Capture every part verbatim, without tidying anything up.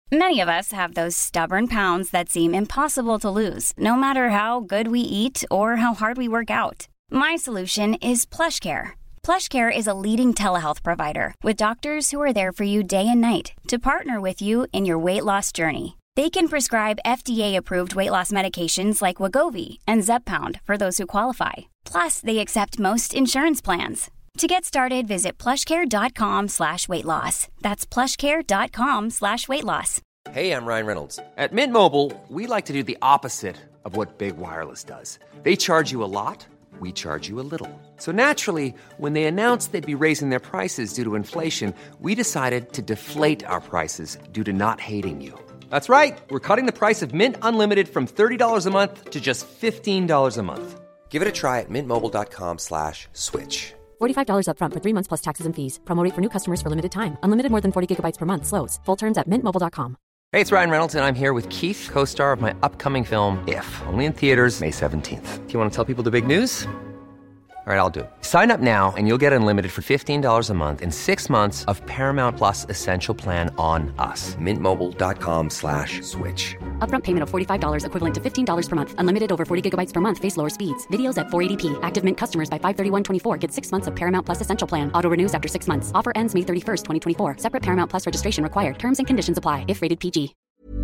Many of us have those stubborn pounds that seem impossible to lose, no matter how good we eat or how hard we work out. My solution is PlushCare. PlushCare is a leading telehealth provider with doctors who are there for you day and night to partner with you in your weight loss journey. They can prescribe F D A-approved weight loss medications like Wegovy and Zepbound for those who qualify. Plus, they accept most insurance plans. To get started, visit plushcare.com slash weight loss. That's plushcare.com slash weight loss. Hey, I'm Ryan Reynolds. At Mint Mobile, we like to do the opposite of what Big Wireless does. They charge you a lot, we charge you a little. So naturally, when they announced they'd be raising their prices due to inflation, we decided to deflate our prices due to not hating you. That's right. We're cutting the price of Mint Unlimited from thirty dollars a month to just fifteen dollars a month. Give it a try at mintmobile.com slash switch. forty-five dollars up front for three months plus taxes and fees. Promo rate for new customers for limited time. Unlimited more than forty gigabytes per month slows. Full terms at mint mobile dot com. Hey, it's Ryan Reynolds, and I'm here with Keith, co-star of my upcoming film, If, only in theaters May seventeenth. Do you want to tell people the big news? All right, I'll do it. Sign up now and you'll get unlimited for fifteen dollars a month and six months of Paramount Plus Essential Plan on us. Mintmobile.com slash switch. Upfront payment of forty-five dollars equivalent to fifteen dollars per month. Unlimited over forty gigabytes per month. Face lower speeds. Videos at four eighty p. Active Mint customers by five thirty-one twenty-four get six months of Paramount Plus Essential Plan. Auto renews after six months. Offer ends May thirty-first, twenty twenty-four. Separate Paramount Plus registration required. Terms and conditions apply if rated P G.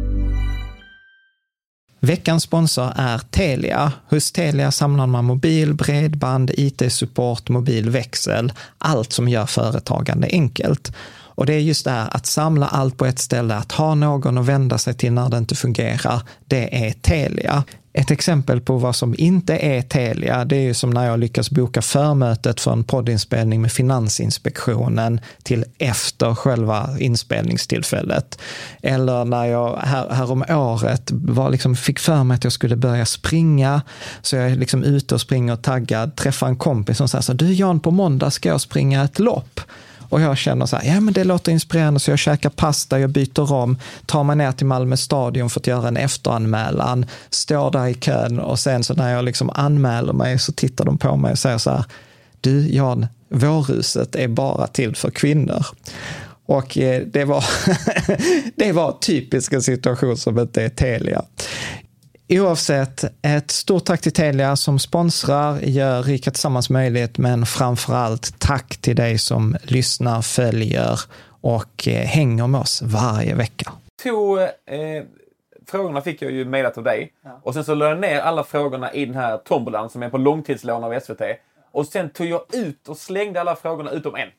Veckans sponsor är Telia. Hos Telia samlar man mobil, bredband, I T-support, mobilväxel, allt som gör företagande enkelt. Och det är just det här att samla allt på ett ställe, att ha någon att vända sig till när det inte fungerar, det är Telia. Ett exempel på vad som inte är Telia, det är ju som när jag lyckas boka förmötet för en poddinspelning med Finansinspektionen till efter själva inspelningstillfället. Eller när jag här, här om året var liksom, fick för mig att jag skulle börja springa, så jag är liksom ute och springer och taggad, träffar en kompis som säger så här, du Jan, på måndag ska jag springa ett lopp. Och jag känner så här, ja men det låter inspirerande, så jag käkar pasta, jag byter om, tar mig ner till Malmö stadion för att göra en efteranmälan, står där i kön, och sen så när jag liksom anmäler mig så tittar de på mig och säger så här, du Jan, vårhuset är bara till för kvinnor. Och det var det var typisk en situation som inte är Telia. Oavsett, ett stort tack till Telia som sponsrar, gör Rika Tillsammans möjligt, men framförallt tack till dig som lyssnar, följer och eh, hänger med oss varje vecka. Två eh, frågorna fick jag ju mejlat av dig, ja. Och sen så lade jag ner alla frågorna i den här tombolan som är på långtidslån av S V T. Och sen tog jag ut och slängde alla frågorna utom en.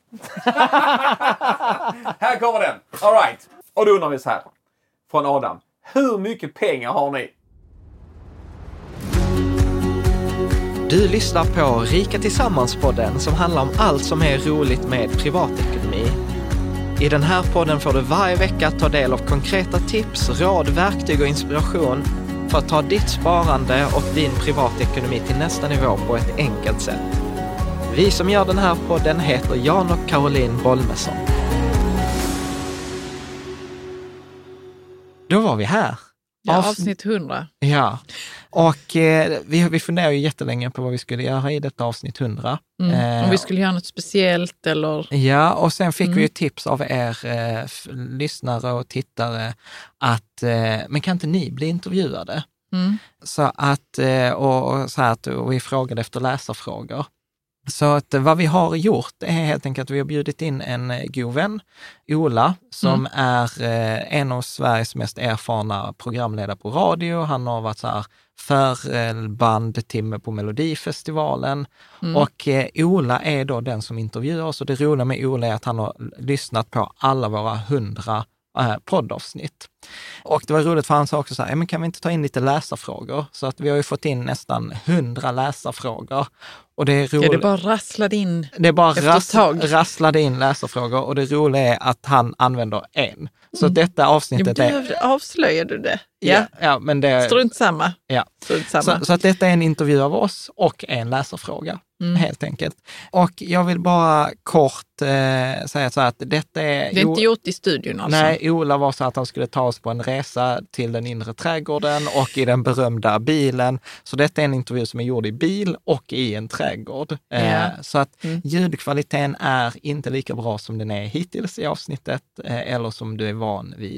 Här kommer den. All right. Och då undrar vi så här. Från Adam. Hur mycket pengar har ni? Du lyssnar på Rika Tillsammans-podden som handlar om allt som är roligt med privatekonomi. I den här podden får du varje vecka ta del av konkreta tips, råd, verktyg och inspiration för att ta ditt sparande och din privatekonomi till nästa nivå på ett enkelt sätt. Vi som gör den här podden heter Jan och Caroline Bolmesson. Då var vi här. Ja, avsnitt hundra. Ja, och eh, vi, vi funderar ju jättelänge på vad vi skulle göra i detta avsnitt hundra. Mm. Eh, Om vi skulle göra något speciellt eller... Ja, och sen fick mm. vi ju tips av er eh, f- lyssnare och tittare att, eh, men kan inte ni bli intervjuade? Mm. Så att, eh, och, och så här att och vi frågade efter läsarfrågor. Så att vad vi har gjort är helt enkelt att vi har bjudit in en god vän, Ola, som mm. är eh, en av Sveriges mest erfarna programledare på radio. Han har varit så här förbandtimme på Melodifestivalen. Mm. Och eh, Ola är då den som intervjuar oss. Och det roliga med Ola är att han har lyssnat på alla våra hundra eh, poddavsnitt. Och det var roligt för han sa också så här, men kan vi inte ta in lite läsarfrågor? Så att vi har ju fått in nästan hundra läsarfrågor. Och det är roligt. Ja, det bara rasslade in. Det bara efter rass, ett tag. rasslade in läsarfrågor, och det roliga är att han använder en. Så mm. detta avsnittet ja, är... Du avslöjade det. Ja, ja, ja men det... Strunt samma. Ja. Strunt samma. Så, så att detta är en intervju av oss och en läsarfråga, mm. helt enkelt. Och jag vill bara kort eh, säga så här att detta är... Det är inte gjort i studion alltså. Nej, Ola var så att han skulle ta oss på en resa till den inre trädgården och i den berömda bilen. Så detta är en intervju som är gjord i bil och i en trädgård. Ja. Eh, så att mm. ljudkvaliteten är inte lika bra som den är hittills i avsnittet eh, eller som du är van vid.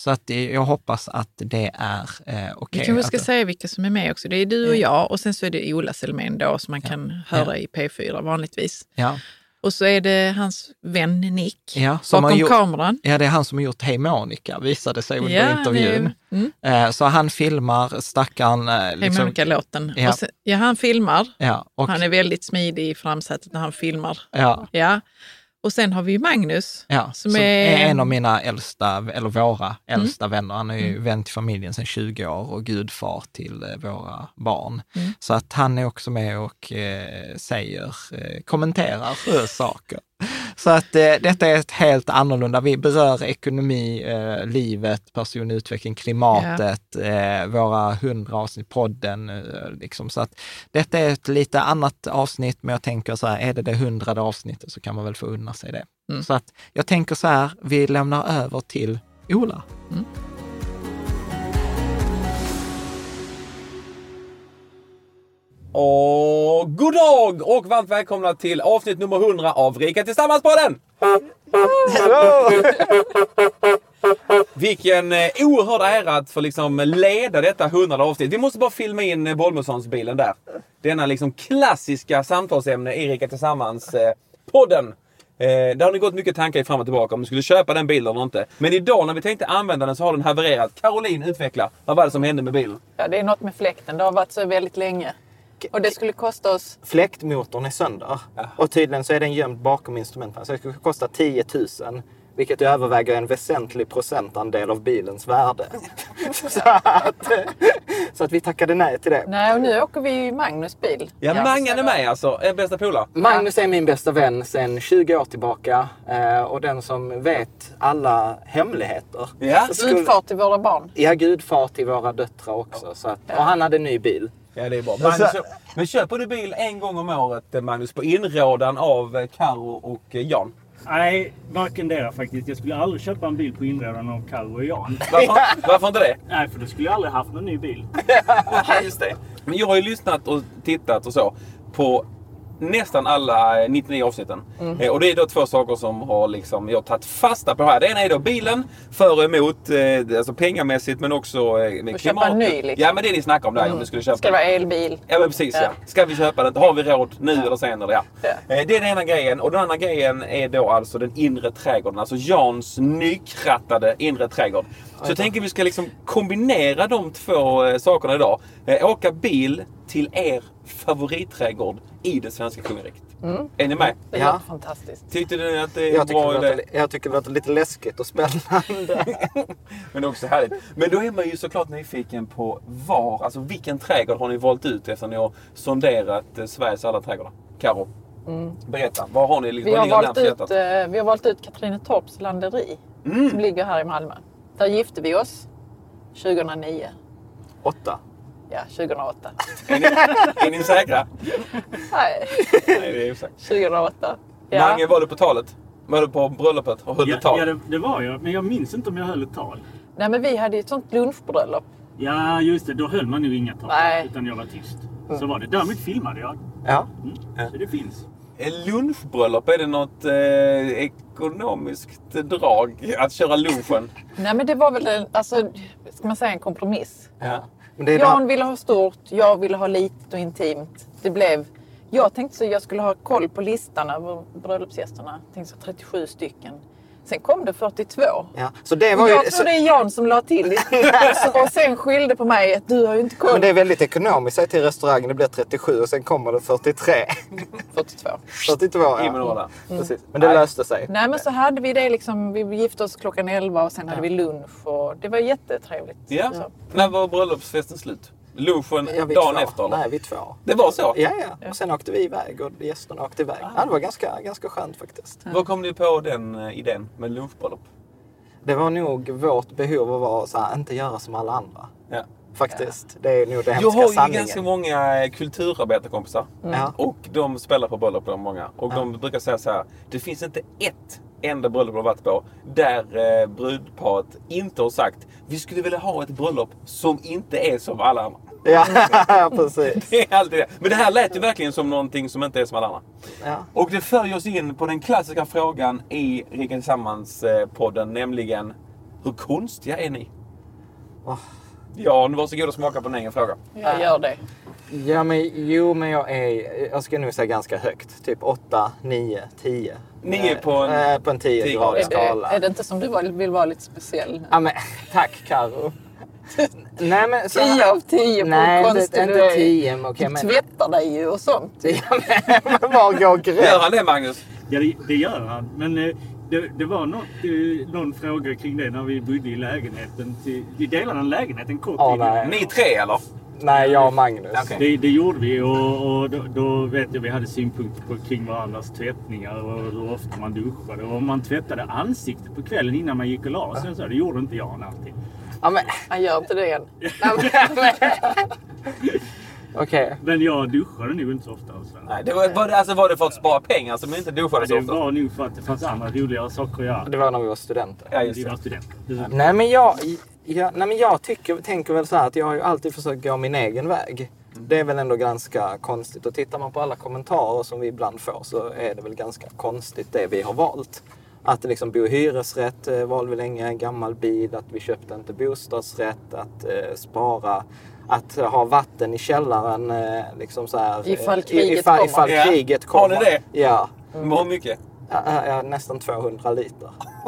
Så att det, jag hoppas att det är eh, okej. Okay. Vi kanske ska att, säga vilka som är med också. Det är du och jag och sen så är det Ola Selmén då som man ja. kan höra ja. i P fyra vanligtvis. Ja. Och så är det hans vän Nick ja, som bakom gjort, kameran. Ja, det är han som har gjort Hej Monica, visade sig under ja, intervjun. Mm. Eh, så han filmar stackaren... Eh, Hej liksom, Monica-låten. Ja. Och sen, ja, han filmar. Ja, och, han är väldigt smidig i framsätet när han filmar. Ja. Ja. Och sen har vi ju Magnus. Ja, som, som är... är en av mina äldsta, eller våra äldsta mm. vänner. Han är ju mm. vän till familjen sedan tjugo år och gudfar till eh, våra barn. Mm. Så att han är också med och eh, säger, eh, kommenterar eh, saker. Så att eh, detta är ett helt annorlunda. Vi berör ekonomi, eh, livet, personutveckling, klimatet, ja. eh, våra hundra avsnitt, podden. Eh, liksom. Så att detta är ett lite annat avsnitt, men jag tänker så här, är det det hundrade avsnittet så kan man väl få unna sig det. Mm. Så att jag tänker så här, vi lämnar över till Ola. Mm. Och god dag och varmt välkomna till avsnitt nummer hundra av Rika Tillsammans-podden! Vilken eh, oerhörd ära att få liksom leda detta hundrade avsnitt. Vi måste bara filma in eh, Bolmessons-bilen där. Denna liksom klassiska samtalsämne i Rika Tillsammans-podden. Eh, eh, där har ni gått mycket tankar fram och tillbaka om ni skulle köpa den bilen eller inte. Men idag när vi tänkte använda den så har den havererat. Caroline, utveckla. Vad var det som hände med bilen? Ja, det är något med fläkten. Det har varit så väldigt länge. Och det skulle kosta oss... Fläktmotorn är sönder. Ja. Och tydligen så är den gömd bakom instrumenten. Så det skulle kosta tio tusen. Vilket överväger en väsentlig procentandel av bilens värde. så, att, så att vi tackade nej till det. Nej, och nu åker vi i Magnus bil. Ja, ja Magnus är med alltså. En bästa polare. Magnus är min bästa vän sedan tjugo år tillbaka. Och den som vet alla hemligheter. Ja. Skulle... Gudfar till våra barn. Ja, gudfar till våra döttrar också. Så att, ja. Och han hade en ny bil. Ja, det är bra. Magnus, men köper du bil en gång om året, Magnus, på inrådan av Karo och Jan? Nej, varken det faktiskt. Jag skulle aldrig köpa en bil på inrådan av Karo och Jan. Varför, varför inte det? Nej, för då skulle jag aldrig haft någon ny bil. Just det. Men jag har ju lyssnat och tittat och så på nästan alla nittionio avsnitten. Mm. Eh, och det är då två saker som har liksom, jag har tagit fasta på här. Det ena är då bilen för och emot, eh, alltså pengamässigt men också eh, med och klimat. Köpa ny liksom. Ja, men det ni snackar om där, mm. om du skulle köpa. Ska det vara elbil? Ja, men precis. Ja. Ja. Ska vi köpa den? Har vi råd nu ja. eller senare? Ja. Ja. Eh, det är den ena grejen. Och den andra grejen är då alltså den inre trädgården. Alltså Jans nykrattade inre trädgård. Så jag tänker vi ska liksom kombinera de två eh, sakerna idag. Eh, åka bil till er favoritträdgård i det svenska kungariket. Mm. Är ni med? Det låter ja. fantastiskt. Tyckte ni att det är jag bra? Det låter, jag tycker det låter lite läskigt och spännande. Men också härligt. Men då är man ju såklart nyfiken på var, alltså vilken trädgård har ni valt ut efter ni har sonderat eh, Sveriges alla trädgårdar? Karo, mm. berätta. Vad har ni liksom? Vi har, valt ut, eh, vi har valt ut Katrinetorps landeri mm. som ligger här i Malmö. Där gifte vi oss tjugohundranio. Åtta. Ja, tjugohundraåtta. Är ni, är ni säkra? Nej. Nej, det är osäkert. tjugohundraåtta. Ja. Mange, var du på talet? Var du på bröllopet och höll ja, du tal? Ja, det, det var jag. Men jag minns inte om jag höll ett tal. Nej, men vi hade ett sånt lunchbröllop. Ja, just det. Då höll man ju inga tal. Nej. Utan jag var tyst. Så var det. Därmed filmade jag. Ja. Mm. ja. Så det finns. Lunchbröllop, är det något eh, ekonomiskt drag att köra lunchen? Nej, men det var väl en, alltså, ska man säga en kompromiss. Ja. Men det är Jan där... ville ha stort, jag ville ha litet och intimt. Det blev, jag tänkte så jag skulle ha koll på listan över bröllopsgästerna. Jag tänkte så trettiosju stycken. Sen kom det fyrtiotvå. Ja, så det var ju... Jag tror det är Jan som la till. Och sen skyllde på mig att du har ju inte koll. Men det är väldigt ekonomiskt. Säg till restaurangen, det blir trettiosju och sen kommer det fyrtiotre. fyrtiotvå. fyrtiotvå, ja. Mm. Precis. Men det Nej. löste sig. Nej, men så hade vi det liksom, vi gifte oss klockan elva och sen hade ja. vi lunch och det var jättetrevligt. Ja. Så. När var bröllopsfesten slut? Lunchen ja, dagen två. efter? Eller? Nej, vi två. Det var så? Ja, ja. Och sen åkte vi iväg och gästerna åkte iväg. Ah. Ja, det var ganska, ganska skönt faktiskt. Ja. Vad kom ni på den uh, idén med lunchbröllop? Det var nog vårt behov av att så här, inte göra som alla andra. Ja. Faktiskt. Ja. Det är nog det hemska sanningen. Jag har ju sanningen. ganska många kulturarbetarkompisar. Mm. Och de spelar på bröllop, de många. Och ja. de brukar säga så här, det finns inte ett enda bröllop jag varit på där eh, brudparet inte har sagt vi skulle vilja ha ett bröllop som inte är som alla andra. Ja, precis. Det är alltid det. Men det här lät ju verkligen som någonting som inte är som alla andra. Ja. Och det för oss in på den klassiska frågan i Rika Tillsammans-podden, nämligen Hur konstiga är ni? Oh. Jan, varsågod och smaka på en egen fråga. Jag gör det. Ja, men jo, men jag är, jag ska nog säga ganska högt. Typ åtta, nio, tio. Nio på en, äh, på en tio gradig skala. Är det inte som du vill vara lite speciell? Ja, men tack Karo. Nej, men så, tio av tio på nej, konstigt. Nej, inte tio. Men, okay, du men, tvättar dig ju och sånt. Ja, men var går gränsen? Gör han det, Magnus? Ja, det, det gör han. Men eh, det, det var något, eh, någon fråga kring det när vi bodde i lägenheten. Till, vi delade en lägenhet en kort oh, tid. Nej. Ni tre, eller? Nej, jag och Magnus. Okay. Det, det gjorde vi och, och då, då vet jag vi hade synpunkter på kring varandras tvättningar och hur ofta man duschade. Och om man tvättade ansiktet på kvällen innan man gick och la sig, så det gjorde inte jag alltid. Ja, men han gör inte det än. Okej. Okay. Men jag duschade nog inte så ofta. Alltså. Nej, det var, var, det, alltså, var det för att spara pengar som inte duschade så det ofta? Det var nog för att det fanns andra roligare saker att göra. Det var när vi var studenter. Ja, just vi det. var studenter. Ja. Nej, men jag, jag, nej, men jag tycker, tänker väl så här att jag har ju alltid försökt gå min egen väg. Mm. Det är väl ändå ganska konstigt. Och tittar man på alla kommentarer som vi ibland får så är det väl ganska konstigt det vi har valt. Att liksom bo i hyresrätt eh, valde vi länge, en gammal bil, att vi köpte inte bostadsrätt, att eh, spara, att eh, ha vatten i källaren eh, liksom så här, ifall kriget ifall, kommer. Ifall ja. kriget kommer. Har ni det? Ja. Mm. Hur mycket? Ja, ja, nästan tvåhundra liter.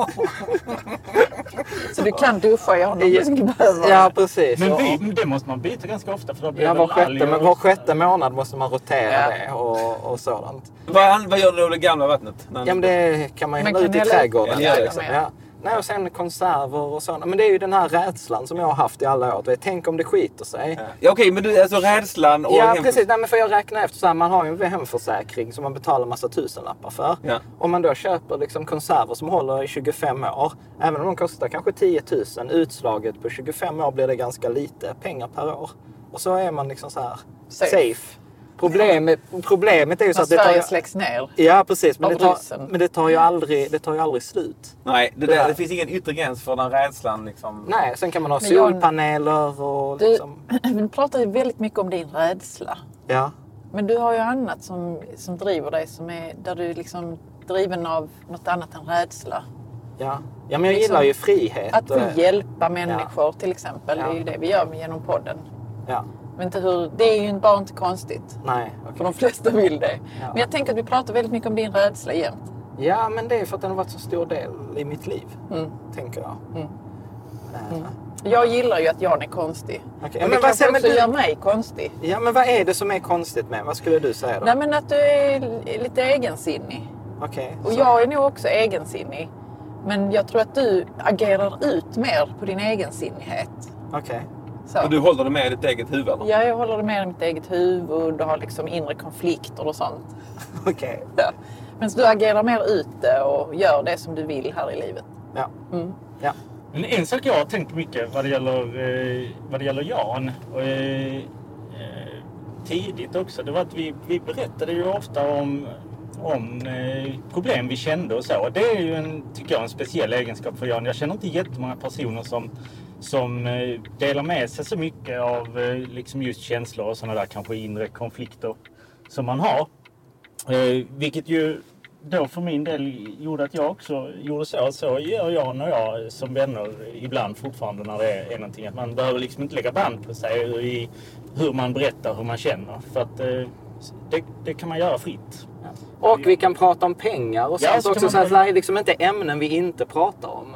Så du kan duscha i honom? Ja, ja, precis. Men vi, det måste man byta ganska ofta. För då blir ja, var sjätte, men var sjätte och... månad måste man rotera ja. det och, och sådant. Vad, vad gör du med det gamla vattnet? Ja, men det kan man ju hälla ut i trädgården. Ja, liksom. ja. Nej, och sen konserver och sådana. Men det är ju den här rädslan som jag har haft i alla år. Tänk om det skiter sig. Ja, ja okej, men du, alltså rädslan och... Ja, hem... precis. Nej, men för jag räknar efter så här, man har ju en hemförsäkring som man betalar massa tusenlappar för. Ja. Om man då köper liksom konserver som håller i tjugofem år, även om de kostar kanske tio tusen, utslaget på tjugofem år blir det ganska lite pengar per år. Och så är man liksom så här safe. safe. Problemet, problemet är ju så när att det tar... Sverige släcks ner. Ja, precis. Men det tar, men det tar ju aldrig, det tar ju aldrig slut. Nej, det, där, det finns ingen yttre gräns för den rädslan. Liksom. Nej, sen kan man ha men solpaneler och du, liksom... Du pratar ju väldigt mycket om din rädsla. Ja. Men du har ju annat som, som driver dig, som är där du är liksom driven av något annat än rädsla. Ja, ja men jag liksom, gillar ju frihet. Att få hjälpa människor, ja. Till exempel. Ja. Det är ju det vi gör genom podden. Ja. Men inte hur, det är ju bara inte konstigt. Nej, okay. För de flesta vill det. Ja. Men jag tänker att vi pratar väldigt mycket om din rädsla jämt. Ja, men det är för att den har varit så stor del i mitt liv. Mm. Tänker jag. Mm. Mm. Jag gillar ju att Jan är konstig. Okay. Men men det kanske vad, också du... gör mig konstig. Ja, men vad är det som är konstigt med? Vad skulle du säga då? Nej, men att du är lite egensinnig. Okej. Okay, och jag är nog också egensinnig. Men jag tror att du agerar ut mer på din egensinnighet. Okej. Okay. Och du håller det med i ditt eget huvud? Eller? Ja, jag håller det med i mitt eget huvud och har liksom inre konflikter och sånt. Okej. Okay. Ja. Men du agerar mer ute och gör det som du vill här i livet. Ja. Mm. Ja. Men en sak jag har tänkt mycket vad det gäller, eh, vad det gäller Jan och eh, tidigt också, det var att vi, vi berättade ju ofta om, om eh, problem vi kände och så. Det är ju en, tycker jag, en speciell egenskap för Jan. Jag känner inte jättemånga personer som som eh, delar med sig så mycket av eh, liksom just känslor och sådana där kanske inre konflikter som man har. Eh, vilket ju då för min del gjorde att jag också gjorde så. Så gör Jan och jag som vänner ibland fortfarande när det är, är någonting. Att man behöver liksom inte lägga band på sig i hur man berättar, hur man känner. För att eh, det, det kan man göra fritt. Ja. Och vi kan prata om pengar och sånt ja, så också. Så att det är liksom inte ämnen vi inte pratar om.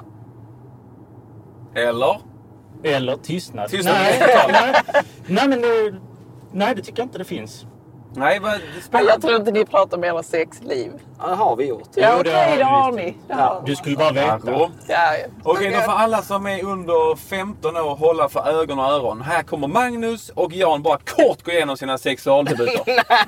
Eller? Eller tystnad. Tystnad. Nej, nej, nej, men det, nej, det tycker jag inte det finns. Nej, vad jag tror inte ni pratar om era sexliv. Ja, det har vi gjort. Ja, jo, okej, det har, det har vi. ni. Ja. Du skulle bara veta. Ja, ja. Okej, då får alla som är under femton år hålla för ögon och öron. Här kommer Magnus och Jan bara kort gå igenom sina sexualdebuter.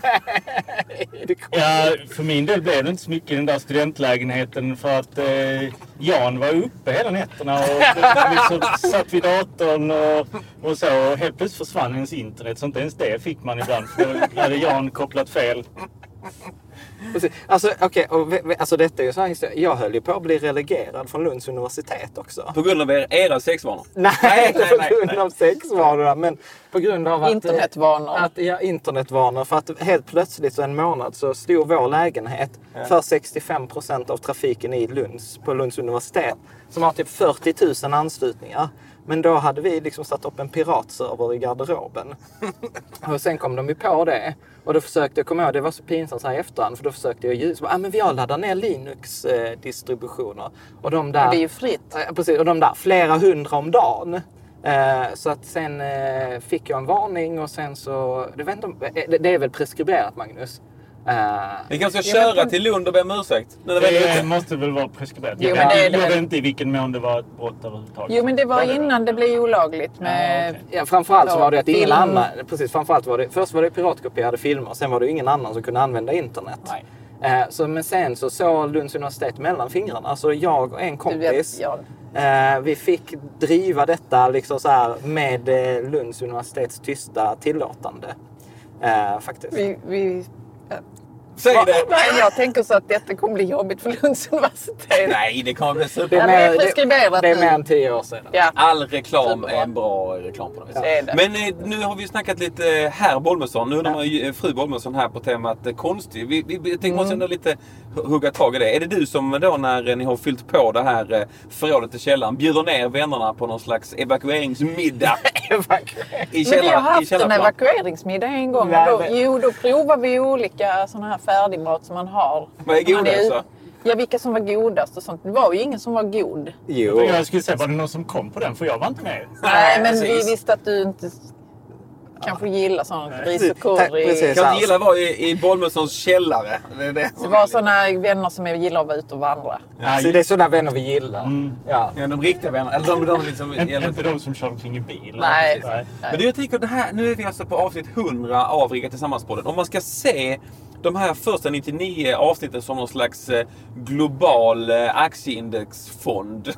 Ja, för min del blev det inte så mycket i den där studentlägenheten för att eh, Jan var uppe hela nätterna och liksom satt vid datorn och, och så. Och helt plötsligt försvann ens internet, så inte ens det fick man ibland för då hade Jan kopplat fel. Precis. Alltså, okay, och, alltså detta är ju så här historia. Jag höll ju på att bli relegerad från Lunds universitet också. På grund av er, era sexvanor? Nej, nej, inte nej, på nej, grund nej. av sexvanor, men på grund av att... Internetvanor. Att, ja, internetvanor. För att helt plötsligt så en månad så stod vår lägenhet ja. för sextiofem procent av trafiken i Lunds, på Lunds universitet. Som har typ fyrtio tusen anslutningar. Men då hade vi liksom satt upp en piratserver i garderoben. Och sen kom de ju på det. Och då försökte jag komma ihåg, det var så pinsamt så här i efterhand. För då försökte jag ljus. Ah, men vi har laddat ner Linux-distributioner. Och de där... Det är ju fritt. Eh, precis, och de där flera hundra om dagen. Eh, så att sen eh, fick jag en varning och sen så... Det, vet inte, det, det är väl preskriberat, Magnus? Uh, vi kanske ska köra men... till Lund och be om ursäkt. Det, det måste väl vara preskriberat. Jag, jo, det, jag det... vet inte i vilken mån det var ett brott överhuvudtaget. Jo, men det var innan det blev olagligt med... Ja, okay. ja, framförallt så var det att ingen annan... Precis, framförallt var det... Först var det piratkopierade filmer. Sen var det ingen annan som kunde använda internet. Nej. Uh, så, men sen så såg Lunds universitet mellan fingrarna. Så jag och en kompis... Vet, ja. uh, vi fick driva detta liksom så här med uh, Lunds universitets tysta tillåtande. Uh, faktiskt. Vi... vi... Säg det. Nej, jag tänker så att detta kommer bli jobbigt för Lunds universitet. Nej, det kommer bli super. Det är, med, det, det är mer än tio år sedan. Ja. All reklam är en bra reklam på det. Ja. Men eh, nu har vi snackat lite herr Bolmesson. Nu har ja. fru Bolmesson här på temat eh, konstig. Vi, vi, vi tänkte mm. ändå lite hugga tag i det. Är det du som då när ni har fyllt på det här eh, förrådet i källaren bjuder ner vännerna på någon slags evakueringsmiddag? Evakuering. I källaren, Men vi har haft en evakueringsmiddag en gång. Nej, då, jo, då provar vi olika sådana här färdigmat som man har. Vad är godast då? Ja, vilka som var godast och sånt. Det var ju ingen som var god. Jo. Jag skulle säga, var det någon som kom på den? För jag var inte med. Nej, men vi visste att du inte kanske gillar sån ris och curry. Jag kan inte gilla att vara i, i Bolmessons källare. Det, är det. det var såna vänner som gillar att vara ute och vandra. Ja, så det är sådana vänner vi gillar. Mm. Ja. Ja, de riktiga vänner. Eller de, de liksom, inte inte de som kör omkring i bil. Nej. Nej. Men det, jag tänker, det här, nu är vi alltså på avsnitt hundra av Rigga Tillsammans-podden. Om man ska se de här första nittionio avsnitten som någon slags global aktieindexfond.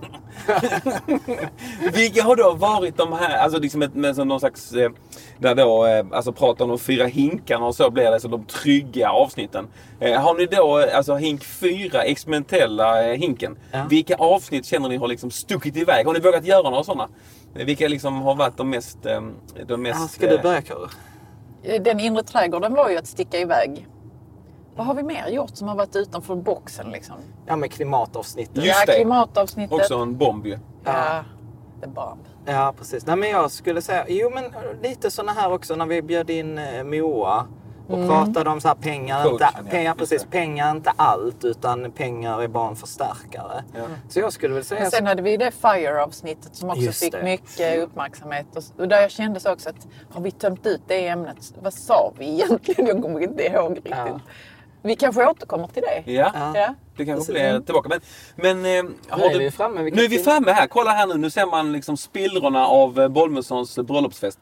Vilka har då varit de här, alltså liksom med, med någon slags, där då, alltså pratar om de fyra hinkarna och så blir det så de trygga avsnitten. Har ni då, alltså hink fyra, experimentella hinken. Ja. Vilka avsnitt känner ni har liksom stuckit iväg? Har ni vågat göra några sådana? Vilka liksom har varit de mest, de mest... Ja, ska du börja, Karo? Den inre trädgården var ju att sticka iväg. Vad har vi mer gjort som har varit utanför boxen liksom? Ja, med klimatavsnittet. Just det. Ja, klimatavsnittet. Också en bomb ju. Ja, the bomb. Ja, precis. Nej, men jag skulle säga, jo men lite såna här också när vi bjöd in eh, Moa och mm. pratade om så här pengar, Coach, inte, pengar, precis, pengar är inte allt utan pengar är bara en förstärkare. Ja. Så jag skulle väl säga... Men sen hade vi det Fire-avsnittet som också fick det. mycket uppmärksamhet. Och där jag kände så också att har vi tömt ut det ämnet? Vad sa vi egentligen? Jag kommer inte ihåg riktigt. Ja. Vi kanske återkommer till det. Ja, ja. Det kanske blir tillbaka. Men, men har nu är du, vi framme. Nu är vi framme här. Kolla här nu. Nu ser man liksom spillrorna av Bolmessons bröllopsfest.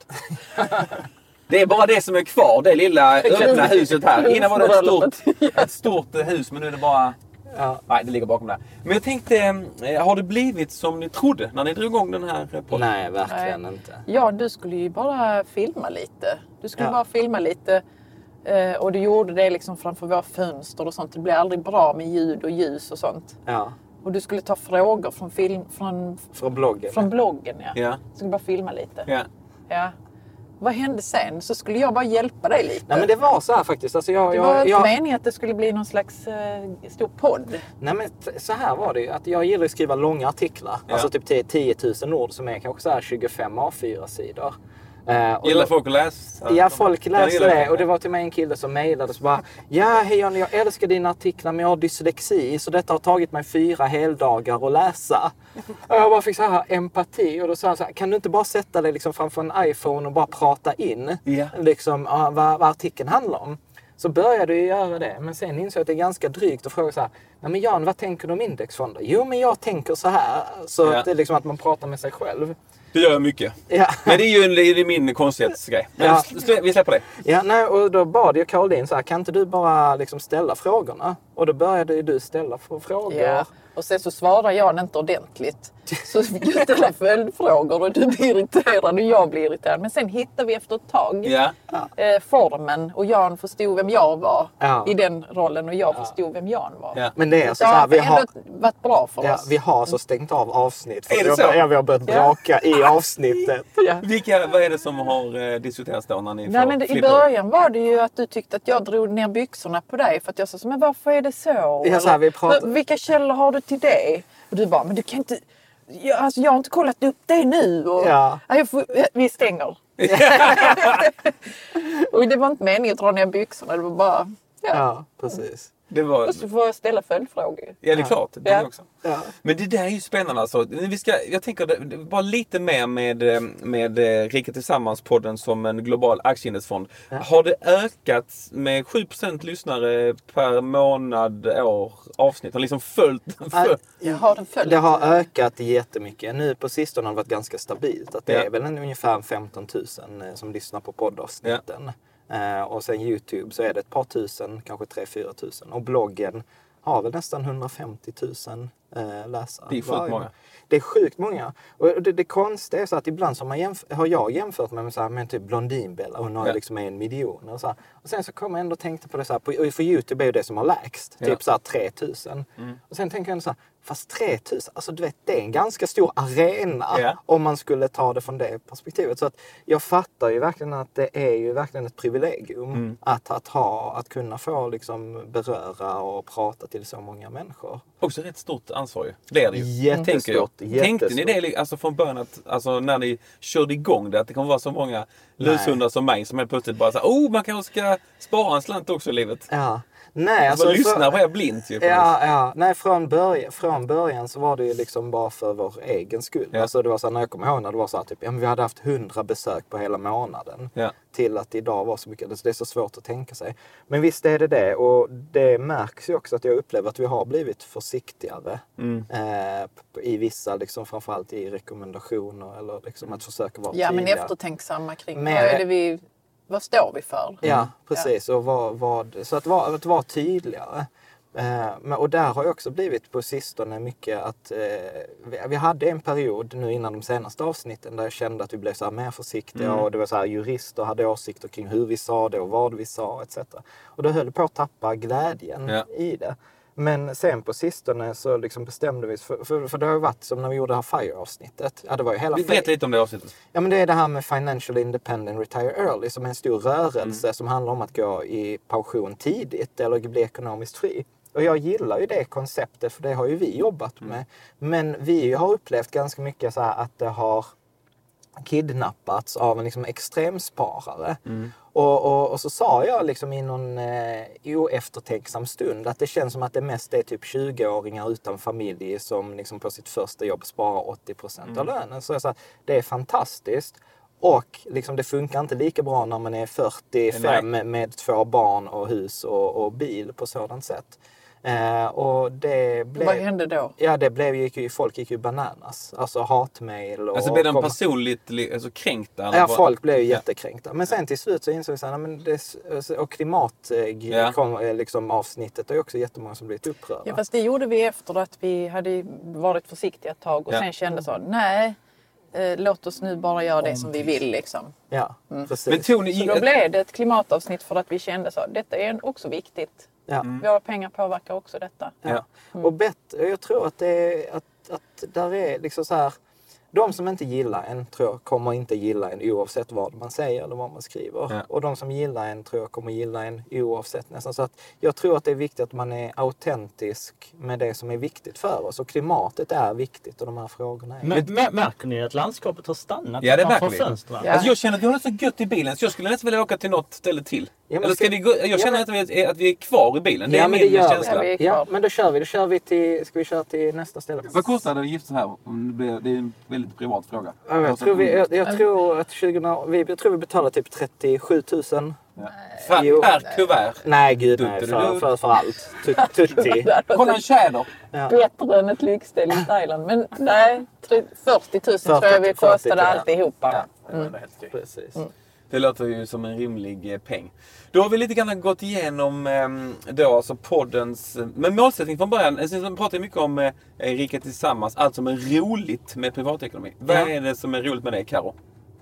Det är bara det som är kvar. Det lilla öppna huset här. Innan var det ett stort, ett stort hus. Men nu är det bara... Ja. Nej, det ligger bakom där. Men jag tänkte, har det blivit som ni trodde när ni drog igång den här podden? Nej, verkligen Nej. inte. Ja, du skulle ju bara filma lite. Du skulle ja. bara filma lite. Och du gjorde det liksom framför våra fönster och sånt. Det blev aldrig bra med ljud och ljus och sånt. Ja. Och du skulle ta frågor från film från, från bloggen. Från bloggen, ja. ja. Du skulle bara filma lite. Ja. Ja. Vad hände sen? Så skulle jag bara hjälpa dig lite. Nej, men det var så här faktiskt. Alltså jag, det var jag, inte jag... meningen att det skulle bli någon slags uh, stor podd. Nej, men t- så här var det ju. Att jag gillar att skriva långa artiklar. Ja. Alltså typ tio tusen ord som är kanske så här tjugofem A fyra sidor. Uh, Gillar då, folk att läsa? Ja, folk läser det. Och det var till mig en kille som mejlade och bara ja, hej Jan, jag älskar dina artiklar men jag har dyslexi så detta har tagit mig fyra heldagar att läsa. Och jag bara fick så här empati och då sa han så här, kan du inte bara sätta dig liksom framför en iPhone och bara prata in yeah. liksom, uh, vad, vad artikeln handlar om. Så började jag göra det. Men sen insåg jag att det är ganska drygt att fråga så här, nej men Jan, vad tänker du om indexfonder? Jo, men jag tänker så här. Så yeah. det är liksom att man pratar med sig själv. Det gör jag mycket. Ja. Men det är ju en, det är min konstighetsgrej. Men ja. vi släpper det. Ja, nej, och då bad jag Caroline så här, kan inte du bara liksom ställa frågorna? Och då började ju du ställa frågor. Ja. Och sen så svarar jag inte ordentligt. Så jag ställer följdfrågor och du blir irriterad och jag blir irriterad. Men sen hittar vi efter ett tag Ja. eh, formen och Jan förstod vem jag var Ja. i den rollen och jag förstod vem Jan var. Ja. Men det är alltså Det så här, har vi har... ändå varit bra för Ja, oss. vi har så stängt av avsnitt. För Är det vi, så? har, ja, vi har börjat braka i avsnittet. Ja. Vilka, vad är det som har eh, diskuterats då när ni Nej, får men det, I flippa? början var det ju att du tyckte att jag drog ner byxorna på dig för att jag sa så, men varför är det så? Ja, så här, vi pratar- "Men vilka källor har du till det? Och du bara, men du kan inte... Jag, alltså, jag har inte kollat upp det nu. Och, Ja. Ja, jag får, vi stänger. Och det var inte meningen att dra ner byxorna. Det var bara... Ja. Ja, precis. Det var... Och så får jag ställa följdfrågor. Ja, det är klart. Det är Ja. det också. Ja. Men det där är ju spännande alltså. Vi ska, jag tänker det- det- bara lite mer med, eh, med eh, Rika Tillsammans-podden som en global aktieindexfond. Har det ökat med sju procent lyssnare per månad, år, avsnitt? Har liksom följt? För... Jag har den följt. Det har ökat jättemycket. Nu på sistone har det varit ganska stabilt. Att det Ja. är väl en, ungefär femton tusen eh, som lyssnar på poddavsnitten. Eh, och sen YouTube så är det ett par tusen, kanske tre till fyra tusen. Och bloggen har väl nästan hundrafemtio tusen eh, läsare. Det är sjukt varje- många. Det är sjukt många. Och det, det konstiga är så att ibland så har, man jämf- har jag jämfört med, med, så här, med typ Blondinbella. Hon har Ja. liksom en miljon. Och, så här. Och sen så kommer jag ändå tänka på det så här. På, och för YouTube är ju det som har lägst. Ja. Typ så här tre tusen. Och sen tänker jag så här. Fast tre tusen, alltså du vet, det är en ganska stor arena. Ja. Om man skulle ta det från det perspektivet. Så att jag fattar ju verkligen att det är ju verkligen ett privilegium. Mm. Att, att ha, att kunna få liksom beröra och prata till så många människor. Också rätt stort ansvar ju. Det är det ju. Jättestort, Tänker jag. jättestort. Tänkte ni det alltså från början att, alltså när ni körde igång det, att det kommer vara så många lushundar som mig som helt plötsligt bara så här, oh man kanske ska spara en slant också i livet. Ja. Nej, Alltså, alltså... lyssna på er blint ju. Ja, ja. Nej, från början, från början så var det ju liksom bara för vår egen skull. Ja. Alltså det var så här, när jag kommer ihåg när det var så här, typ, ja, men vi hade haft hundra besök på hela månaden. Ja. Till att idag var så mycket, alltså det är så svårt att tänka sig. Men visst är det det, och det märks ju också att jag upplever att vi har blivit försiktigare. Mm. Eh, i vissa, liksom framförallt i rekommendationer eller liksom att försöka vara Ja, men tydliga. eftertänksamma kring Men- vad är det vi... Vad står vi för? Ja, precis. Och vad, vad, så att vara, att vara tydligare. Eh, men, och där har jag också blivit på sistone mycket att eh, vi, vi hade en period nu innan de senaste avsnitten där jag kände att vi blev så här mer försiktiga Mm. och det var så här, jurister hade åsikter kring hur vi sa det och vad vi sa et cetera. Och då höll jag på att tappa glädjen Ja. i det. Men sen på sistone så liksom bestämde vi, för, för, för det har ju varit som när vi gjorde det här FIRE-avsnittet. Ja, det var ju hela Vi vet lite om det avsnittet. Ja, men det är det här med Financial Independent Retire Early som är en stor rörelse Mm. som handlar om att gå i pension tidigt eller bli ekonomiskt fri. Och jag gillar ju det konceptet för det har ju vi jobbat Mm. med. Men vi har upplevt ganska mycket så här att det har kidnappats av en liksom extremsparare. Mm. Och, och, och så sa jag liksom i någon eh, oeftertänksam stund att det känns som att det mest är typ tjugo-åringar utan familj som liksom på sitt första jobb sparar åttio procent av lönen. Så jag sa, det är fantastiskt. Och liksom det funkar inte lika bra när man är fyrtiofem med, med två barn och hus och, och bil på sådant sätt. Eh, och det blev... Vad hände då? Ja, det blev ju, folk gick ju bananas. Alltså hatmejl och... Alltså blev de kom- personligt li- alltså, kränkta? eller Ja, vad? folk blev ju Ja. jättekränkta. Men sen till slut så insåg vi att men det, och klimat eh, Ja. kom, eh, liksom, avsnittet är ju också jättemånga som blivit upprörda. Ja, fast det gjorde vi efter att vi hade varit försiktiga ett tag och Ja. sen kände så, nej, eh, låt oss nu bara göra det som vi vill liksom. Ja, precis. Men tog ni... Så då blev det ett klimatavsnitt för att vi kände så, detta är också viktigt. ja. Våra pengar påverkar också detta. Ja. Och bättre, jag tror att det är, att, att där är liksom så här, de som inte gillar en tror jag kommer inte gilla en oavsett vad man säger eller vad man skriver. Ja. Och de som gillar en tror jag kommer gilla en oavsett nästan. Så att jag tror att det är viktigt att man är autentisk med det som är viktigt för oss. Och klimatet är viktigt och de här frågorna är Men, mä- märker ni att landskapet har stannat Ja, det utanför märker vi. fönstren? Ja. Alltså jag känner att vi har det så gött i bilen så jag skulle nästan vilja åka till något ställe till. Ja, men Eller ska ska- vi gå... Jag Ja, känner men- att, vi är, att vi är kvar i bilen. Det är Ja, men det min gör vi. känsla. Ja, vi är kvar. Ja, men då kör vi. Då kör vi till, ska vi köra till nästa ställe? Vad kostar det att gifta sig här? Om det blir- Det är en väldigt privat fråga. Ja, jag, tror vi, jag, jag tror att tjugo, vi, jag tror vi betalar typ trettiosju tusen. För, Jo. per kuvert. Nej, gud nej. Du, du, För, du. för, för allt. Tut- Tutti. Kolla en tjäder. Bättre än ett lyxställ i Thailand. Men nej, tre- fyrtio tusen tror jag vi fyrtio, kostade ja. alltihopa. Ja, det var helt okej. Precis. Det låter ju som en rimlig eh, peng. Då har vi lite grann gått igenom eh, då, alltså poddens... Men målsättning från början, jag pratar mycket om eh, Rika Tillsammans, allt som är roligt med privatekonomi. Ja. Vad är det som är roligt med det, Karo?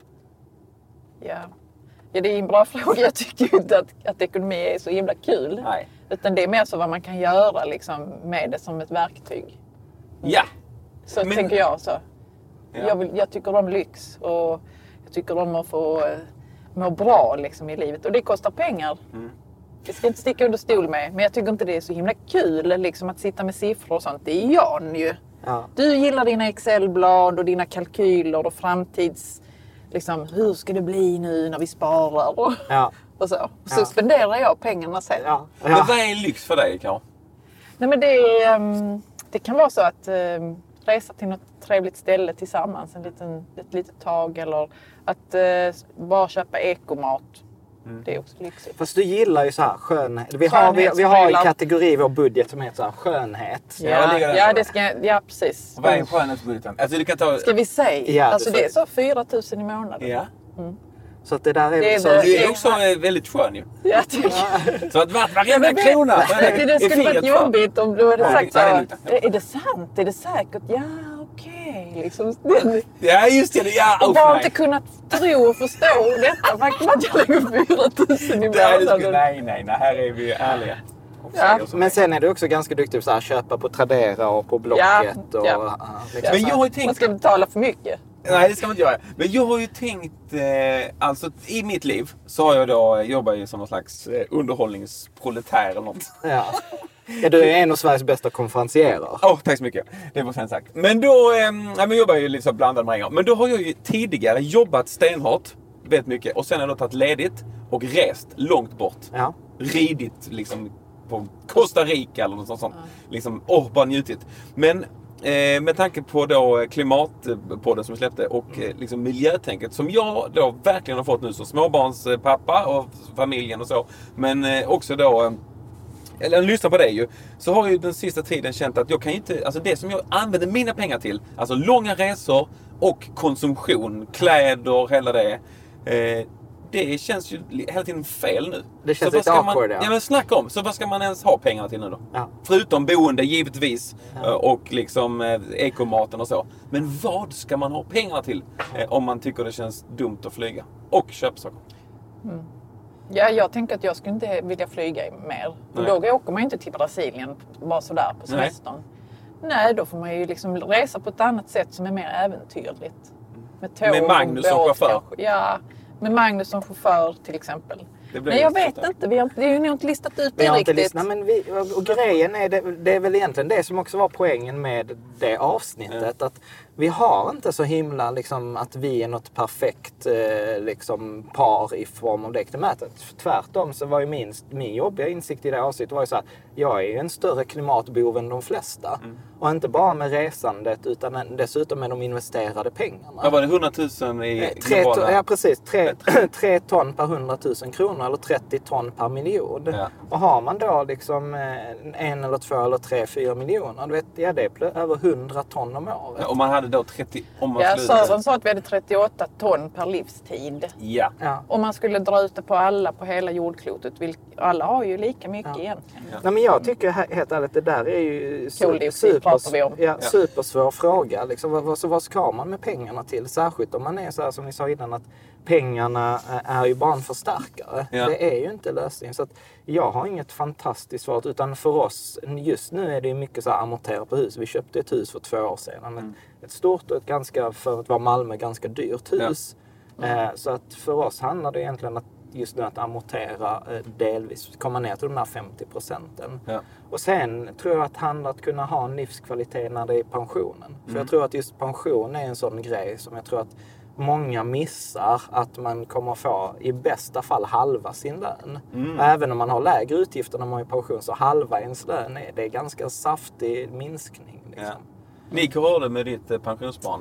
Ja. ja, det är en bra fråga. Jag tycker ju inte att, att ekonomi är så himla kul. Nej. Utan det är mer så vad man kan göra liksom, med det som ett verktyg. Ja. Så Men... tänker jag så. Ja. Jag, vill, jag tycker om lyx och jag tycker om att få uh, må bra liksom, i livet. Och det kostar pengar. Mm. Det ska inte sticka under stol med. Men jag tycker inte det är så himla kul liksom, att sitta med siffror och sånt. Det är Jan ju. Ja. Du gillar dina Excelblad och dina kalkyler och framtids... Liksom, hur ska det bli nu när vi sparar och, ja. och så. Och så ja. spenderar jag pengarna sen. Ja. Ja. Men vad är lyx för dig, Karo? Nej, men det, är, um, det kan vara så att um, resa till något trevligt ställe tillsammans en liten, ett litet tag. Eller att uh, bara köpa ekomat. Mm. Det är också lyxigt. Fast du gillar ju så här skönhet. Vi har, vi, vi har en kategori i vår budget som heter så här, skönhet. Ja, ja, ja, det ska, ja precis. Och vad är skönhetsbudgeten? Alltså, du kan ta... Ska vi säga? Ja, alltså det är så fyra tusen i månaden. Ja. Mm. Så att det där är... Det är så... det, du är också väldigt skön ju. Ja, tycker. Så att var, varenda ja, krona... Det, det skulle varit jobbigt om du hade ja, sagt så. Är det, är det sant? Är det säkert? Ja, okej. Okay. Liksom. Ja, just det. Ja, och bara inte kunnat tro och förstå detta. Faktum att jag lägger fyra tusen i månaden. Nej, nej, nej. Här är vi ärliga. Ja. Men sen är du också ganska duktig på att köpa på Tradera och på Blocket. Ja, och, ja. Liksom. Men jag har ju tänkt... Man ska betala för mycket. Nej, det ska man inte göra. Men jag har ju tänkt, eh, alltså i mitt liv så har jag då jobbat ju som någon slags eh, underhållningsproletär eller något. Ja. Ja, du är en av Sveriges bästa konferencierer. Åh, oh, tack så mycket. Det var sen sagt. Men då, eh, ja, men jobbar jag ju lite så blandad med en gång. Men då har jag ju tidigare jobbat stenhårt, väldigt mycket. Och sen har jag då tagit ledigt och rest långt bort. Ja. Ridit liksom på Costa Rica eller något sånt. Ja. Liksom, åh, bara njutit. Men Eh, med tanke på då klimatpodden som vi släppte och eh, liksom miljötänket som jag då verkligen har fått nu som småbarnspappa och familjen och så. Men eh, också då, eh, eller lyssna på det ju, så har jag ju den sista tiden känt att jag kan inte, alltså det som jag använder mina pengar till, alltså långa resor och konsumtion, kläder, hela det. Eh, Det känns ju hela tiden fel nu. Det känns lite awkward, ja. Ja, men snacka om. Så vad ska man ens ha pengarna till nu då? Ja. Förutom boende, givetvis. Ja. Och liksom eh, ekomaten och så. Men vad ska man ha pengarna till? Eh, om man tycker det känns dumt att flyga. Och köpa saker. Mm. Ja, jag tänker att jag skulle inte vilja flyga mer. För då åker man ju inte till Brasilien bara sådär på semestern. Nej. Nej, då får man ju liksom resa på ett annat sätt som är mer äventyrligt. Med tåg, med Magnus som chaufför. Ja, med Magnus som chaufför till exempel. Nej, jag vet inte. inte. Vi har, det är ju nog inte listat ut det vi har riktigt. Inte listat, men vi, och grejen är, det, det är väl egentligen det som också var poängen med det avsnittet. Ja. Att vi har inte så himla liksom, att vi är något perfekt eh, liksom, par i form av det klimatet. Tvärtom så var ju min, min jobbiga insikt i det avsnittet var ju så här, jag är ju en större klimatbov än de flesta. Mm. Och inte bara med resandet utan dessutom med de investerade pengarna. Vad var det, hundratusen i tre, globala? Ja, precis. Tre, tre ton per hundratusen kronor eller trettio ton per miljon. Ja. Och har man då liksom en eller två eller tre, fyra miljoner, du vet, ja, det är över hundra ton om året. Ja, om man hade då trettio, om man ja, Sören sa att vi hade trettioåtta ton per livstid. Ja. Ja. Om man skulle dra ut det på alla på hela jordklotet, alla har ju lika mycket ja. egentligen. Ja. Nej, men jag tycker helt ärligt, det där är ju super, pratar vi om. Ja, ja. supersvår fråga. Liksom, vad, vad ska man med pengarna till? Särskilt om man är så här som vi sa innan, att pengarna är ju bara en förstärkare. Ja. Det är ju inte lösningen. Så att jag har inget fantastiskt svar, utan för oss, just nu är det mycket så här amortera på hus. Vi köpte ett hus för två år sedan. Mm. Ett, ett stort och ett ganska, för att vara Malmö, ganska dyrt hus. Ja. Mm. Eh, så att för oss handlar det egentligen att just nu att amortera eh, delvis, komma ner till de här femtio procenten. Ja. Och sen tror jag att det handlar om att kunna ha en livskvalitet när det är pensionen. Mm. För jag tror att just pension är en sån grej som jag tror att många missar, att man kommer få i bästa fall halva sin lön. Mm. Även om man har lägre utgifter när man är i pension, så halva ens lön är det är ganska saftig minskning. Liksom. Ja. Nick, hur har det med ditt eh, pensionssparande?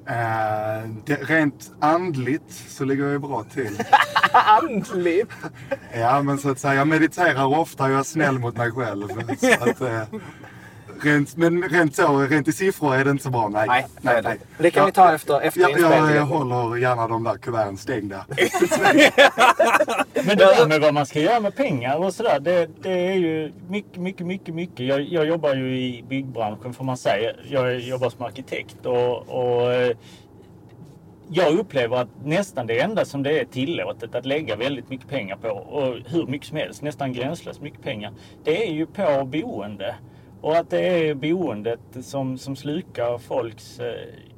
Uh, det, rent andligt så ligger jag bra till. Andligt? Ja, men så att säga, jag mediterar ofta och jag är snäll mot mig själv. Så att, uh, rent, men rent så, rent i siffror är det inte så bra. Nej, nej, nej, nej. Det kan vi ta efter, efter jag, inspelningen. jag håller gärna de där kuverten stängda. Men det där med vad man ska göra med pengar och sådär, det, det är ju mycket, mycket, mycket, mycket. Jag, jag jobbar ju i byggbranschen, får man säga. Jag jobbar som arkitekt och, och jag upplever att nästan det enda som det är tillåtet att lägga väldigt mycket pengar på, och hur mycket som helst, nästan gränslöst mycket pengar, det är ju på boende. Och att det är boendet som, som slukar folks eh,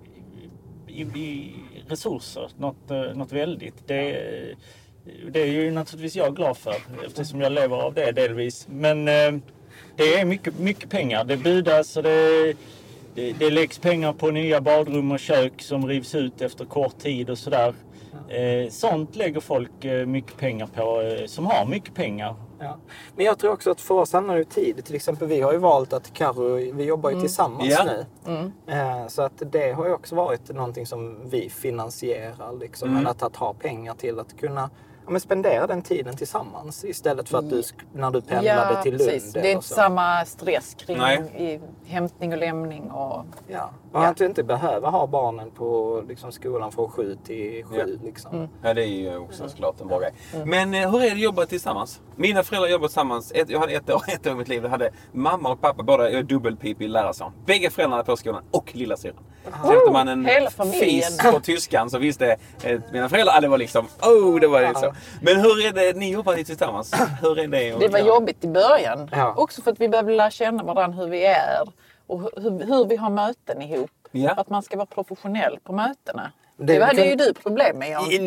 i, i resurser, något, eh, något väldigt. Det, det är ju naturligtvis jag glad för, eftersom jag lever av det delvis. Men eh, det är mycket, mycket pengar. Det budas och det, det, det läggs pengar på nya badrum och kök som rivs ut efter kort tid och sådär. Eh, sånt lägger folk eh, mycket pengar på, eh, som har mycket pengar. Ja. Men jag tror också att för oss handlar det tid. Till exempel vi har ju valt att Karo, vi jobbar ju tillsammans Ja. nu. Mm. Eh, så att det har ju också varit någonting som vi finansierar. Liksom, Mm. än att, att ha pengar till att kunna ja, men spendera den tiden tillsammans. Istället för att du, sk- när du pendlade Ja, till Lund. precis. Det är eller inte så. samma stress kring Nej. i hämtning och lämning. Och, Ja. Och att du inte behöver ha barnen på liksom, skolan från sju till sju. Ja. Liksom. Ja, det är ju också såklart en bra grej. Men eh, hur är det att jobba tillsammans? Mina föräldrar jobbar tillsammans. Ett, jag hade ett år, ett år i mitt liv. Jag hade mamma och pappa, båda jag är dubbelpipig lärarson. Bägge föräldrarna på skolan och lillasyrran. Så efter man en hela familjen. fis på tyskan så visste eh, mina föräldrar, ah, det var liksom, oh, det var det så. Men hur är det, ni jobbar ni tillsammans? Hur är det? det var jobbigt i början. Ja. Också för att vi behöver lära känna varandra, hur vi är och hur, hur vi har möten ihop. Ja. Att man ska vara professionell på mötena. Det- Det hade det- ju du problem med, Jan.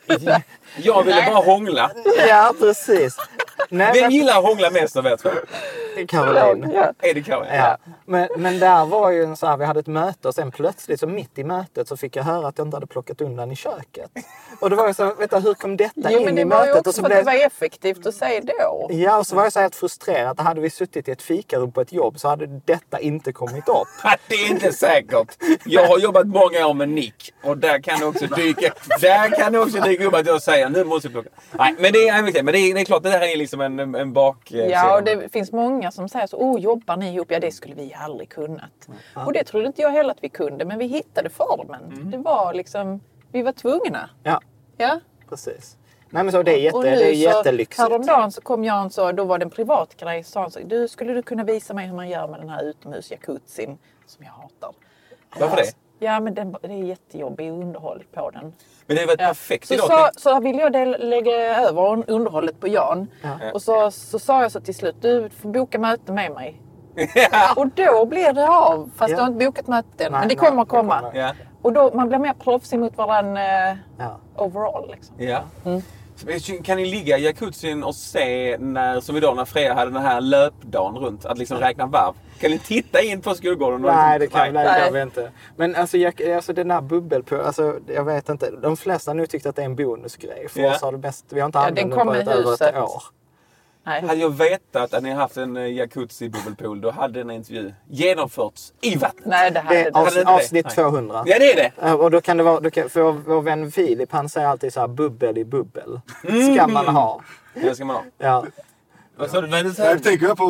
Jag ville bara hångla. Ja, precis. Nej, Vem men- gillar att hångla mest av er två? Caroline. Ja. Är det Karin? Ja. Men, men där var ju en så här, vi hade ett möte och sen plötsligt så mitt i mötet så fick jag höra att jag inte hade plockat undan i köket. Och det var ju så, vet du, hur kom detta Jo, in men i det var ju mötet? också Och så för att blev... det var effektivt att säga då. Ja, och så var jag så helt frustrerad. Hade vi suttit i ett fikarum på ett jobb så hade detta inte kommit upp. Det är inte säkert. Jag har jobbat många år med Nick. Och där kan det också dyka, där kan det också dyka upp att jag säger nu måste jag plocka. Nej, men det är, men det är, det är klart, det där är liksom en, en bak... Ja, och det finns många som säger så, oh, jobbar ni ihop? Ja, det skulle vi aldrig kunnat. Och det trodde inte jag heller att vi kunde, men vi hittade formen. Mm. Det var liksom, vi var tvungna. Ja, Ja. precis. Nej, men så det är, jätte, Och nu det är så, jättelyxigt. häromdagen så kom Jan så, då var det en privat grej, så han så, du skulle du kunna visa mig hur man gör med den här utomhusjacuzzin som jag hatar. Varför det? Ja, men den, det är jättejobbig underhåll på den. Men det är väl Ja. perfekt Så, idag. så, så ville jag del, lägga över underhållet på Jan. Och så, så sa jag så till slut, du får boka möte med mig. Och då blir det av, fast Ja. jag har inte bokat möten. Nej, Men det nej, kommer att det komma. kommer. Ja. Och då, man blir mer proffsig mot varandra eh, Ja. overall. Liksom. Ja. Mm. Så kan ni ligga i jacuzzin och se, när, som idag när Freja hade den här löpdagen runt, att liksom räkna varv? Kan ni titta in på skolgården? Och Nej, det liksom, kan, nej, det Nej. kan vi inte. Men alltså, jag, alltså den där bubbel på, alltså, jag vet inte. De flesta nu tyckte att det är en bonusgrej. För Ja. oss har det bäst, vi har inte Ja, använt den den kom på i ett, över huset. ett år. Nej. Hade jag vetat att ni haft en eh, jacuzzi-bubbelpool, då hade en intervju genomförts i vattnet. Nej, det Det hade är det. Hade avsnitt, inte det? avsnitt Nej. tvåhundra. Ja, det är det. Ja, och då kan det vara, då kan, för vår, vår vän Filip, han säger alltid så här, bubbel i bubbel. Ska man ha. Det ska man ha. Ja. Vad sa du? Vad är det så Jag här? tänker på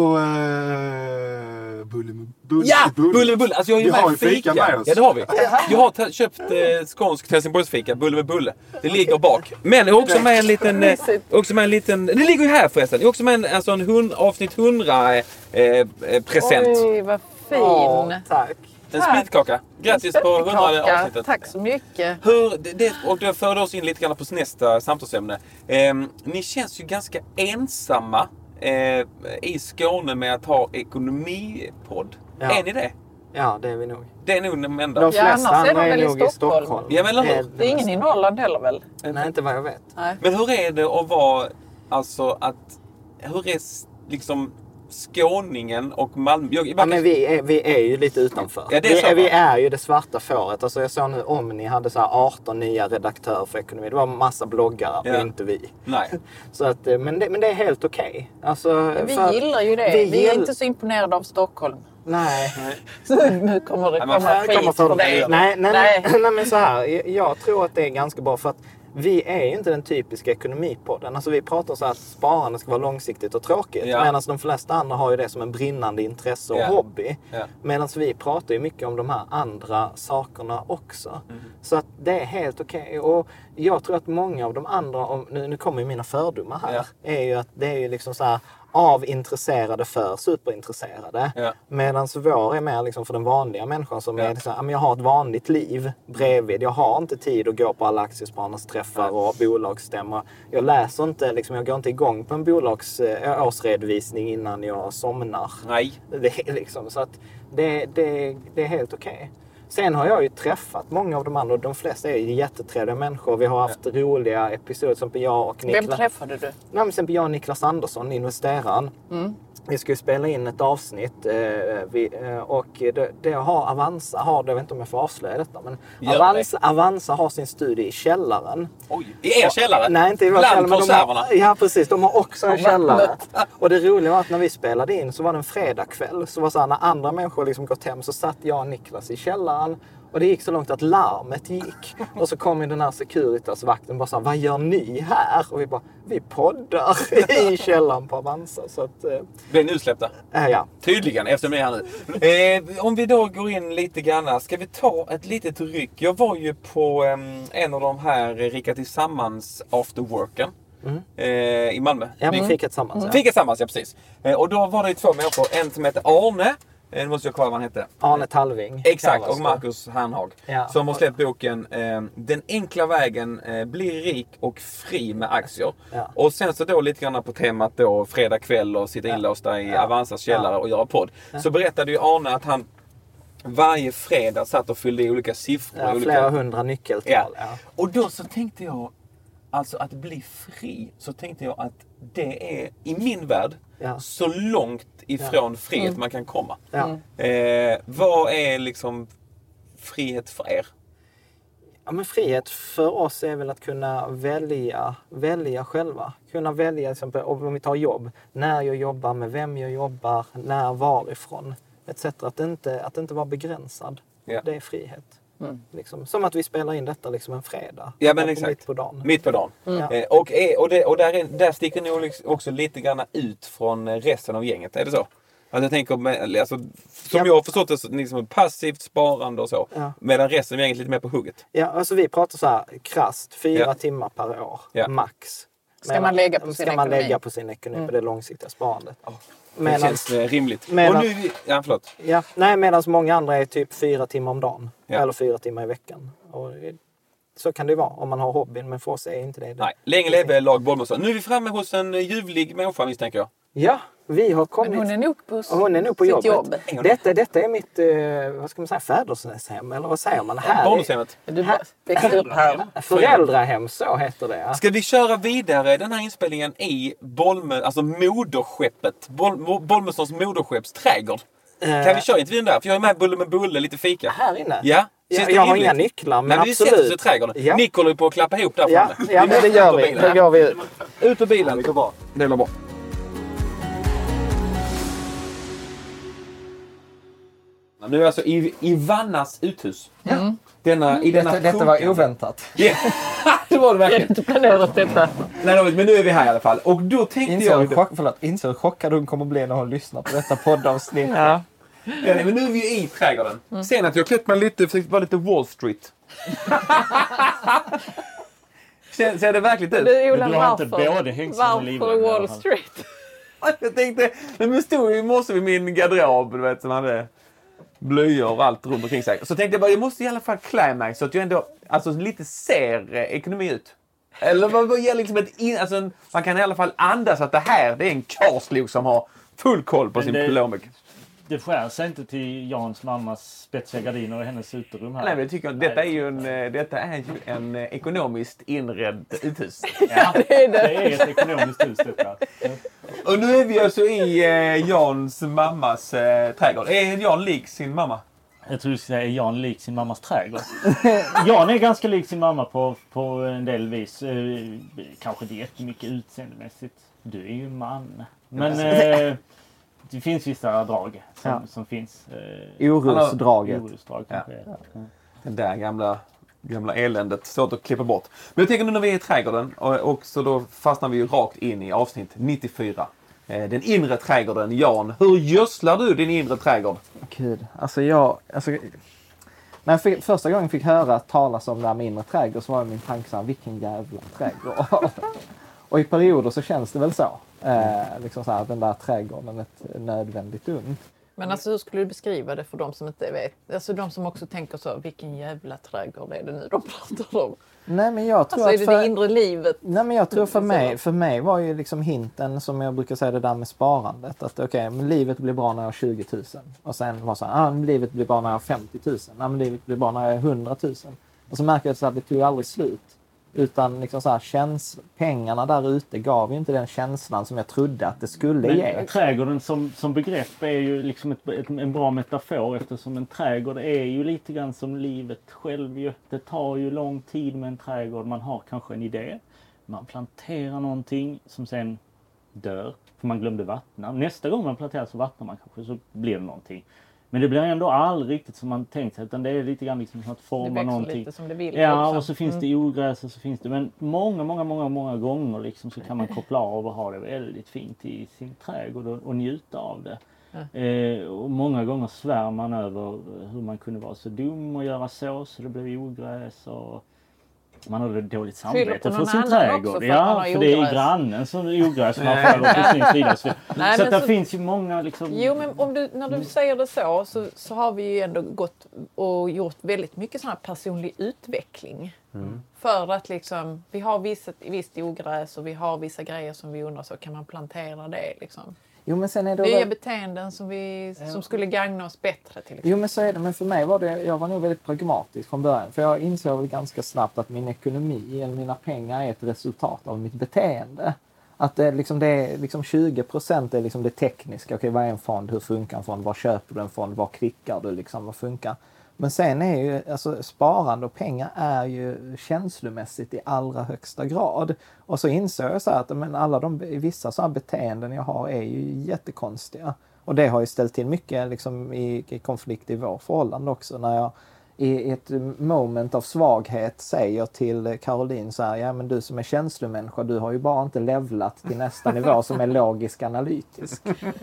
uh, bulle med bulle. Ja! bulle. Bulle med bulle. Alltså jag har ju Vi med har ju fika fika. med oss. Ja, det har vi. Jag har ta- köpt eh, skånsk Helsingborgsfika, bulle med bulle. Det ligger bak. Men jag har också med en liten... Eh, också med en liten... Det ligger ju här förresten. Jag har också med en, alltså en hund, avsnitt hundra eh, eh, present. Oj, vad fin. Åh, tack. En spritkaka. Grattis på hundrade Spettekaka. avsnittet. Tack så mycket. Hur, det, det, och det för oss in lite grann på nästa samtalsämne. Eh, ni känns ju ganska ensamma eh, i Skåne med att ha ekonomipodd. Ja. Är ni det? Ja, det är vi nog. Det är nog de enda. De Ja, flesta annars är andra de är väl i nog i Stockholm. Stockholm. Ja, men eller hur? Det är ingen i Norrland heller väl? Nej, inte vad jag vet. Nej. Men hur är det att vara, alltså att, hur är s- liksom skåningen och Malmö? Jag, Ja, men vi är, vi är ju lite utanför. Ja, det är vi, så, är, vi va? är ju det svarta fåret. Alltså jag såg nu om ni hade så här arton nya redaktörer för ekonomi. Det var massa bloggare Ja. och inte vi. Nej. Så att, men, det, men det är helt okej. Alltså, Vi för- gillar ju det. Vi, Vi, är gill- inte så imponerade av Stockholm. Nej. Så nu kommer det komma Nej, skit kommer för för dig. Nej, nej, Nej. nej. nej, men så här. Jag tror att det är ganska bra för att vi är ju inte den typiska ekonomipodden. Alltså vi pratar så att sparande ska vara långsiktigt och tråkigt. Ja. Medan de flesta andra har ju det som en brinnande intresse och Ja. hobby. Ja. Medan vi pratar ju mycket om de här andra sakerna också. Mm. Så att det är helt okej. Okay. Och jag tror att många av de andra, om, nu, nu kommer ju mina fördomar här, ja. är ju att det är ju liksom så här av intresserade för superintresserade. Ja. Medan vår är mer liksom för den vanliga människan som ja. är liksom, jag har ett vanligt liv bredvid. Jag har inte tid att gå på alla aktiespararnas träffar och bolagsstämmor. Jag läser inte, liksom, jag går inte igång på en bolags äh, årsredovisning innan jag somnar. Nej. Det är liksom så att det, det, det är helt okej. Okay. Sen har jag ju träffat många av de andra och de flesta är jättetrevliga människor. Vi har haft ja. roliga episoder som på jag och Niklas. Vem träffade du? Nej, men sen på jag och Niklas Andersson, investeraren. Mm. Vi skulle spela in ett avsnitt eh, vi, eh, och det, det har Avanza har, jag vet inte om jag får avslöja detta, men Avanza, Avanza har sin studie i källaren. Oj, i er källare? Nej, inte i vår källare. Men de har, ja, precis. De har också en källare. Och det roliga var att när vi spelade in så var det en fredagkväll. Så var så här, när andra människor liksom gått hem så satt jag och Niklas i källaren. Och det gick så långt att larmet gick. Och så kom ju den här Securitas-vakten och bara sa, vad gör ni här? Och vi bara, vi poddar i källaren på Avanza. Så att, eh, blir ni utsläppta? Äh, ja. Tydligen, efter mig här nu. Eh, om vi då går in lite grann, ska vi ta ett litet ryck? Jag var ju på eh, en av de här Rika Tillsammans afterworken. Mm. Eh, i Malmö. Ja, men Fika Tillsammans. Ja. Fika Tillsammans, ja precis. Eh, och då var det två människor. En som heter Arne. Nu måste jag kolla vad han hette. Arne Talving. Exakt, och Marcus Hernhag. Ja. Som har släppt boken eh, Den enkla vägen, eh, bli rik och fri med aktier. Ja. Och sen så då lite grann på temat då fredag kväll och sitta inlåsta i ja. Avanzas källare ja. och göra podd. Ja. Så berättade ju Arne att han varje fredag satt och fyllde i olika siffror. Ja, olika... flera hundra nyckeltal. Ja. Ja. Och då så tänkte jag, alltså att bli fri, så tänkte jag att det är i min värld ja. så långt ifrån ja. frihet mm. man kan komma. Ja. Eh, vad är liksom frihet för er? Ja, men frihet för oss är väl att kunna välja, välja själva. Kunna välja, exempel, om vi tar jobb, när jag jobbar, med vem jag jobbar, när, varifrån, et cetera. Att inte, att inte vara begränsad. Ja. Det är frihet. Mm. Liksom, som att vi spelar in detta liksom en fredag. Ja, men exakt. Mitt på dagen. Mitt på dagen. Mm. Eh, och och, det, och där, är, där sticker ni liksom också lite grann ut från resten av gänget. Är det så? Alltså jag tänker, med, alltså, som ja. jag har förstått det, liksom passivt sparande och så. Ja. Medan resten av gänget är lite mer på hugget. Ja, alltså vi pratar så här krasst. Fyra ja. timmar per år. Ja. Max. Ska men, man lägga på sin ska man ekonomi? lägga på sin ekonomi mm. på det långsiktiga sparandet. Oh. Medans, det känns eh, rimligt. Medan, och nu, ja, förlåt. Ja, nej, medan många andra är typ fyra timmar om dagen. Ja. Eller fyra timmar i veckan. Och så kan det vara om man har hobbyn, men för oss är inte det. Nej, länge leve lag Bollmössa. Nu är vi framme hos en ljuvlig människa, misstänker jag. Ja, vi har kommit. Men hon är nog på, hon är nog på sitt jobbet. jobb. Detta, detta är mitt, eh, vad ska man säga, fädershem, eller vad säger man? Här Barndomshemmet. Du växte upp här. Föräldrahem, så heter det. Ja. Ska vi köra vidare den här inspelningen i Bolme, alltså moderskeppet, Bol, Bollmössons moderskeppsträdgård? Uh, kan vi köra intervjun där? För jag är med Bulle med Bulle, lite fika. Här inne? Ja. Jag, jag har inga nycklar, men, men vi absolut. Vi sätter oss i trädgården. Ja. Nick håller på att klappa ihop där ja. framme. Ja, men det gör vi. Då går vi ut. Ut på bilen. Ja, det går bra. Det går bra. Nu är jag alltså i, i Vannas uthus. Mm. Denna, i denna detta, detta var oväntat. Yeah. Det var det verkligen. Jag har inte planerat detta. Nej, men nu är vi här i alla fall. Och då tänkte inser jag... Chock, förlåt, inser hur chockad hon kommer bli när hon lyssnar på detta poddavsnitt. Ja. Ja, men nu är vi ju i trädgården. Mm. Sen att jag klätt mig lite, försökt vara lite Wall Street. ser, ser det verkligen ut? Du, Ola, du har inte både hängslen och livrem. Varför Wall Street? Jag tänkte, men stod ju i morse vid min garderob, du vet, som hade blöjor och allt runt omkring sig. Så tänkte jag bara, jag måste i alla fall klä mig så att jag ändå alltså, lite ser eh, ekonomi ut. Eller vad ger liksom ett in, alltså, man kan i alla fall andas att det här, det är en karslok som har full koll på men sin det, plånbok. Det skär sig inte till Jans mammas spetsiga gardiner och hennes uterum här. Nej, men jag tycker att detta är ju en, detta är ju en ekonomiskt inredd uthus. Ja, det är det. Det är ett ekonomiskt hus detta. Och nu är vi alltså i eh, Jans mammas eh, trädgård. Är Jan lik sin mamma? Jag tror du ska säga, är Jan lik sin mammas trädgård? Jan är ganska lik sin mamma på, på en del vis. Eh, kanske inte jättemycket utseendemässigt. Du är ju man. Men... Eh, det finns vissa drag som, Ja. som finns. Eh, Orosdraget. Orosdrag kanske. Ja. Ja. Det där gamla, gamla eländet. Svårt att klippa bort. Men jag tänker nu när vi är i trädgården. Och, och så då fastnar vi ju rakt in i avsnitt nittiofyra. Eh, den inre trädgården. Jan, hur gödslar du din inre trädgård? Gud, alltså jag... Alltså, när jag fick, första gången fick höra talas om det här med inre trädgård så var min tanke så här, vilken jävla trädgård. Och i perioder så känns det väl så. Eh, liksom så här, den där trädgården är ett nödvändigt ont. Men alltså hur skulle du beskriva det för de som inte vet? Alltså de som också tänker så, vilken jävla trädgård är det nu de pratar om? Nej men jag tror alltså är att det för, det inre livet? Nej men jag tror för mig, för mig var ju liksom hinten som jag brukar säga det där med sparandet. Att okej, okay, men livet blir bra när jag har tjugo tusen. Och sen var så här, ah, livet blir bra när jag har femtio tusen. Ah, men livet blir bra när jag har hundra tusen. Och så märker jag att det tog aldrig slut. Utan liksom så här, käns- pengarna där ute gav ju inte den känslan som jag trodde att det skulle Men ge. trädgården som, som begrepp är ju liksom ett, ett, en bra metafor eftersom en trädgård är ju lite grann som livet själv. Ju. Det tar ju lång tid med en trädgård. Man har kanske en idé. Man planterar någonting som sen dör. För man glömde vattna. Nästa gång man planterar så vattnar man kanske så blir det någonting. Men det blir ändå aldrig riktigt som man tänkt sig. Utan det är lite grann liksom som att forma det någonting. lite som det vill. Ja, också. och så finns det ogräs och så finns det. Men många, många, många, många gånger liksom så kan man koppla av och ha det väldigt fint i sin trädgård och, och njuta av det. Ja. Eh, och många gånger svär man över hur man kunde vara så dum och göra så. Så det blev ogräs och man hade dåligt samvete för sin trädgård. För ja, för det är grannen som är ogräs som har faller på sin sida. Så, Nej, så att det så, finns ju många liksom... Jo, men om du, när du säger det så, så så har vi ju ändå gått och gjort väldigt mycket sån här personlig utveckling. Mm. För att liksom, vi har vissa, visst ogräs och vi har vissa grejer som vi undrar så kan man plantera det liksom. Jo, men sen är det Nya väl... beteenden som, vi, som skulle gagna oss bättre till exempel. Jo men så är det, men för mig var det, jag var nog väldigt pragmatisk från början. För jag insåg väl ganska snabbt att min ekonomi eller mina pengar är ett resultat av mitt beteende. Att det, liksom, det är liksom tjugo procent är liksom det tekniska. Okej, vad är en fond? Hur funkar en fond? Var köper du en fond? Var klickar du? Liksom, vad funkar? Men sen är ju, alltså sparande och pengar är ju känslomässigt i allra högsta grad. Och så insåg jag så här att men alla de, vissa så här beteenden jag har är ju jättekonstiga. Och det har ju ställt till mycket liksom, i, i konflikt i vår förhållande också. När jag i ett moment av svaghet säger till Caroline så här, ja men du som är känslomänniska, du har ju bara inte levlat till nästa nivå som är logisk analytisk.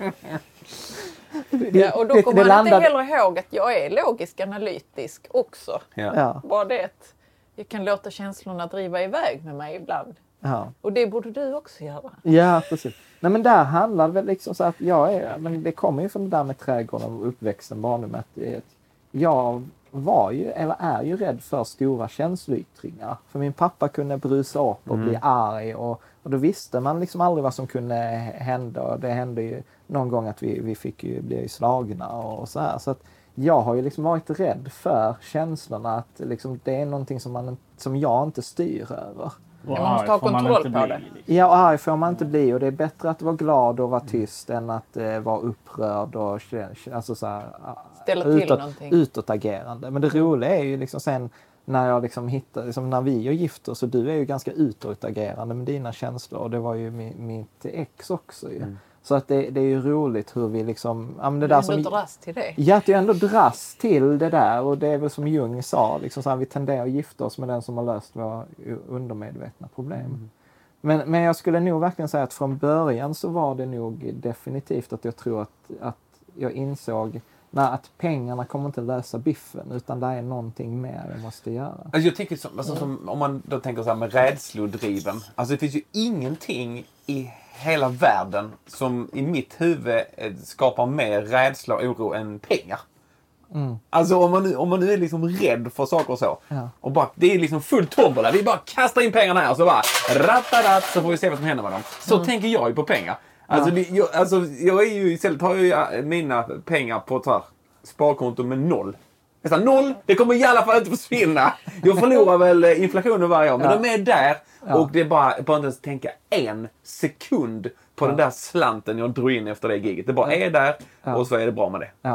Det, ja, och då kommer man landade... inte heller ihåg att jag är logisk analytisk också. Ja. Ja. Bara det att jag kan låta känslorna driva iväg med mig ibland. Ja. Och det borde du också göra. Ja, precis. Nej men där handlar det väl liksom så att jag är, men det kommer ju från det där med trädgården och uppväxten, barndomen. Jag var ju, eller är ju rädd för stora känsloyttringar. För min pappa kunde brusa upp och mm. bli arg och, och då visste man liksom aldrig vad som kunde hända. Och det hände ju någon gång att vi, vi fick ju bli slagna och, och så här. Så att jag har ju liksom varit rädd för känslorna, att liksom det är någonting som, man, som jag inte styr över. Och man måste ha kontroll på det. Ja, och arg får man inte bli. Och det är bättre att vara glad och vara tyst mm. än att eh, vara upprörd och alltså så här, ställa till utåt, någonting. Utåtagerande. Men det roliga är ju liksom sen när jag liksom hittar, liksom när vi är gifter, så du är ju ganska utåtagerande med dina känslor. Och det var ju mi, mitt ex också ju. Mm. Så att det, det är ju roligt hur vi liksom... Ja, men det du där ändå som, dras till det. Ja, att du ändå dras till det där. Och det är väl som Jung sa, liksom så här, vi tenderar att gifta oss med den som har löst våra undermedvetna problem. Mm. Men, men jag skulle nog verkligen säga att från början så var det nog definitivt att jag tror att, att jag insåg nej, att pengarna kommer inte lösa biffen, utan det är någonting mer jag måste göra. Alltså jag tänker som, alltså som, om man då tänker så här med rädslodriven. Alltså det finns ju ingenting i hela världen som i mitt huvud skapar mer rädsla och oro än pengar. Mm. Alltså om man, nu, om man nu är liksom rädd för saker och så. Ja. Och bara, det är liksom full tombola. Vi bara kastar in pengarna här och så bara rattarat, så får vi se vad som händer med dem. Så mm. tänker jag ju på pengar. Alltså, ja. det, jag, alltså jag är ju istället har jag ju mina pengar på ett här sparkonto med noll. Nästan noll, det kommer i alla fall inte försvinna. Jag förlorar väl inflationen varje år, men ja. de är där. Ja. Och det är bara, bara inte ens tänka en sekund på ja. den där slanten jag drog in efter det giget. Det bara är där ja. och så är det bra med det. Ja.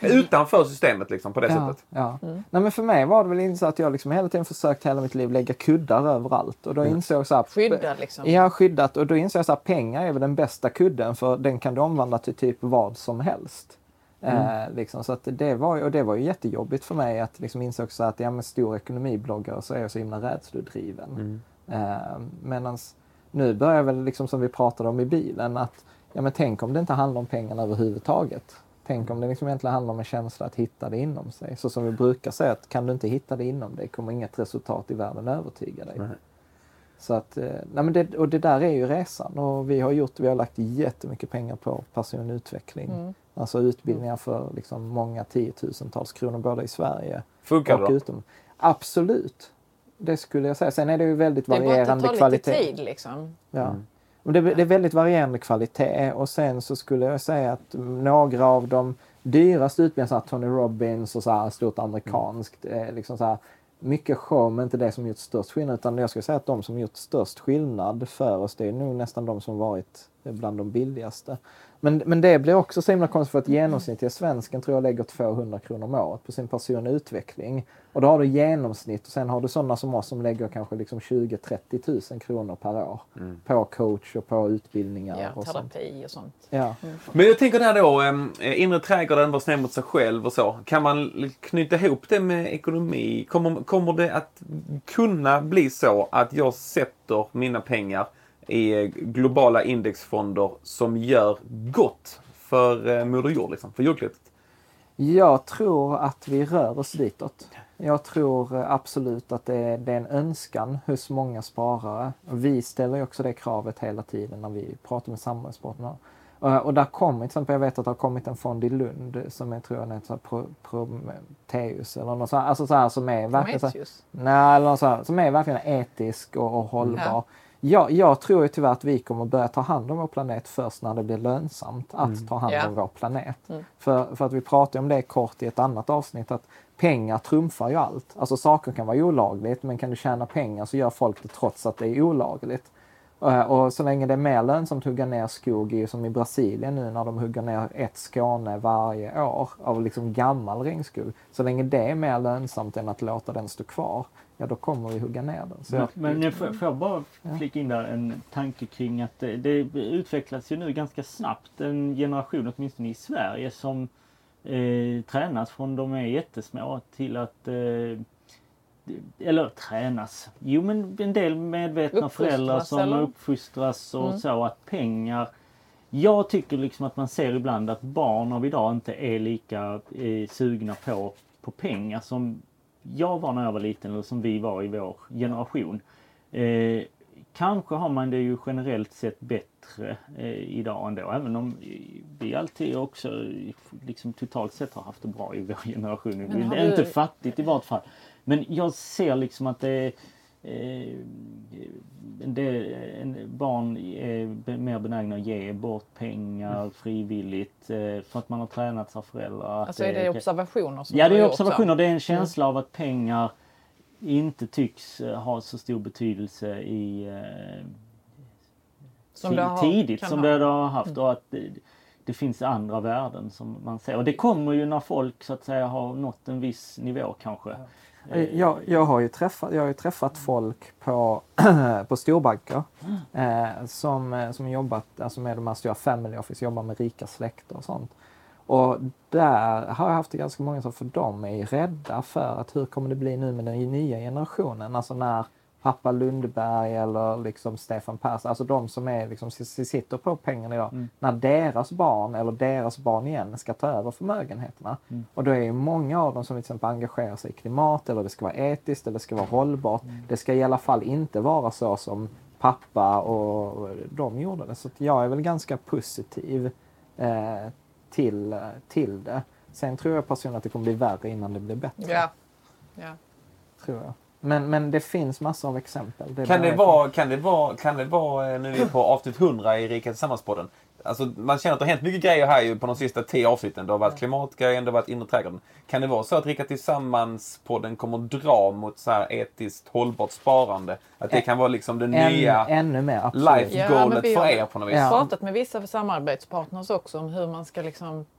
Utanför systemet liksom, på det ja, sättet. Ja. Mm. Nej, men för mig var det väl inte så att jag liksom hela tiden försökt hela mitt liv lägga kuddar överallt. Och då mm. insåg jag så här, skyddat liksom. Ja, skyddat. Och då insåg jag så här, pengar är väl den bästa kudden, för den kan du omvandla till typ vad som helst. Mm. Eh, liksom, så att det var, och det var ju jättejobbigt för mig att liksom insåg så att ja, med stor ekonomibloggare så är jag så himla rädslodriven. Mm. Eh, medans nu börjar jag väl liksom som vi pratade om i bilen att ja, men tänk om det inte handlar om pengarna överhuvudtaget. Tänk om det liksom egentligen handlar om en känsla att hitta det inom sig. Så som vi brukar säga, att kan du inte hitta det inom dig kommer inget resultat i världen övertyga dig. Mm. Så att, nej men det, och det där är ju resan. Och vi har gjort, vi har lagt jättemycket pengar på personlig utveckling. Mm. Alltså utbildningar för liksom många tiotusentals kronor både i Sverige Funkar och det utom. Absolut. Det skulle jag säga. Sen är det ju väldigt varierande kvalitet. Det är bara att det tar lite tid liksom. Ja. Mm. Men det, det är väldigt varierande kvalitet, och sen så skulle jag säga att några av de dyraste utbildningarna, Tony Robbins och så här stort amerikanskt, mm. liksom så här, mycket show, men inte det som gjort störst skillnad, utan jag skulle säga att de som gjort störst skillnad för oss, det är nog nästan de som varit bland de billigaste. Men, men det blir också så himla konstigt, för att genomsnittliga svensken tror jag lägger tvåhundra kronor om året på sin personliga utveckling. Och då har du genomsnitt, och sen har du sådana som oss som lägger kanske liksom tjugo till trettio tusen kronor per år mm. på coach och på utbildningar. Ja, och terapi sånt. och sånt. Ja. Mm. Men jag tänker där då, äh, inre trädgården, var snäll mot sig själv och så. Kan man knyta ihop det med ekonomi? Kommer, kommer det att kunna bli så att jag sätter mina pengar i globala indexfonder som gör gott för eh, Moder Jord, liksom, för jordklotet? Jag tror att vi rör oss ditåt. Jag tror absolut att det är, det är en önskan hos många sparare. Vi ställer ju också det kravet hela tiden när vi pratar med samarbetspartner. Och där kommer till exempel, jag vet att det har kommit en fond i Lund som jag tror är ett så här Prometheus eller något så här, alltså så här som är verkligen så här, nej, eller något så här, som är verkligen etisk och, och hållbar. Ja. Jag, jag tror ju tyvärr att vi kommer börja ta hand om vår planet först när det blir lönsamt att mm. ta hand om yeah. vår planet. Mm. För, för att vi pratade om det kort i ett annat avsnitt, att pengar trumfar ju allt. Alltså saker kan vara olagligt, men kan du tjäna pengar så gör folk det trots att det är olagligt. Och så länge det är mer lönsamt att hugga ner skog, som i Brasilien nu när de hugger ner ett Skåne varje år av liksom gammal regnskog. Så länge det är mer lönsamt än att låta den stå kvar, ja då kommer vi hugga ner den. Så men men jag får jag bara flika in där en tanke kring att det, det utvecklas ju nu ganska snabbt en generation, åtminstone i Sverige, som eh, tränas från de är jättesmå till att eh, eller tränas. Jo, men en del medvetna föräldrar som eller? uppfostras och mm. så att pengar. Jag tycker liksom att man ser ibland att barn av idag inte är lika eh, sugna på, på pengar som jag var när jag var liten, eller som vi var i vår generation. Eh, kanske har man det ju generellt sett bättre eh, idag ändå, även om vi alltid också liksom totalt sett har haft det bra i vår generation. Det är du... inte fattigt i vart fall. Men jag ser liksom att det är, eh, det, en barn är mer benägna att ge bort pengar mm. frivilligt eh, för att man har tränat av föräldrar. Alltså är det observationer som Ja, det är observationer. Det är en känsla mm. av att pengar inte tycks ha så stor betydelse i eh, som t- det har, tidigt som det har haft mm. och att det, det finns andra värden som man ser. Och det kommer ju när folk så att säga har nått en viss nivå kanske. Ja. Jag, jag, har ju träffat, jag har ju träffat folk på, på storbanker eh, som, som jobbat alltså med de här stora family office, jobbar med rika släkter och sånt. Och där har jag haft det ganska många som för dem är rädda för att hur kommer det bli nu med den nya generationen. Alltså när pappa Lundberg eller liksom Stefan Persson, alltså de som är liksom, sitter på pengarna idag, mm. när deras barn eller deras barn igen ska ta över förmögenheterna. Mm. Och då är ju många av dem som till exempel engagerar sig i klimat, eller det ska vara etiskt eller det ska vara hållbart. Mm. Det ska i alla fall inte vara så som pappa och de gjorde det. Så att jag är väl ganska positiv eh, till, till det. Sen tror jag personligen att det kommer bli värre innan det blir bättre. Ja, ja. Tror jag. Men, men det finns massor av exempel. Det kan, det vara, kan, det vara, kan det vara, nu är vi på avsnitt hundra i Rika Tillsammans-podden. Alltså, man känner att det har hänt mycket grejer här ju på de sista tio avsnitten. Det har varit klimatgrejen, det har varit inre trädgården. Kan det vara så att Rika Tillsammans-podden kommer att dra mot så här etiskt hållbart sparande? Att det kan vara liksom det Än, nya ännu mer, life-goalet ja, för er på något vis? Jag har pratat med vissa samarbetspartners också om hur man ska liksom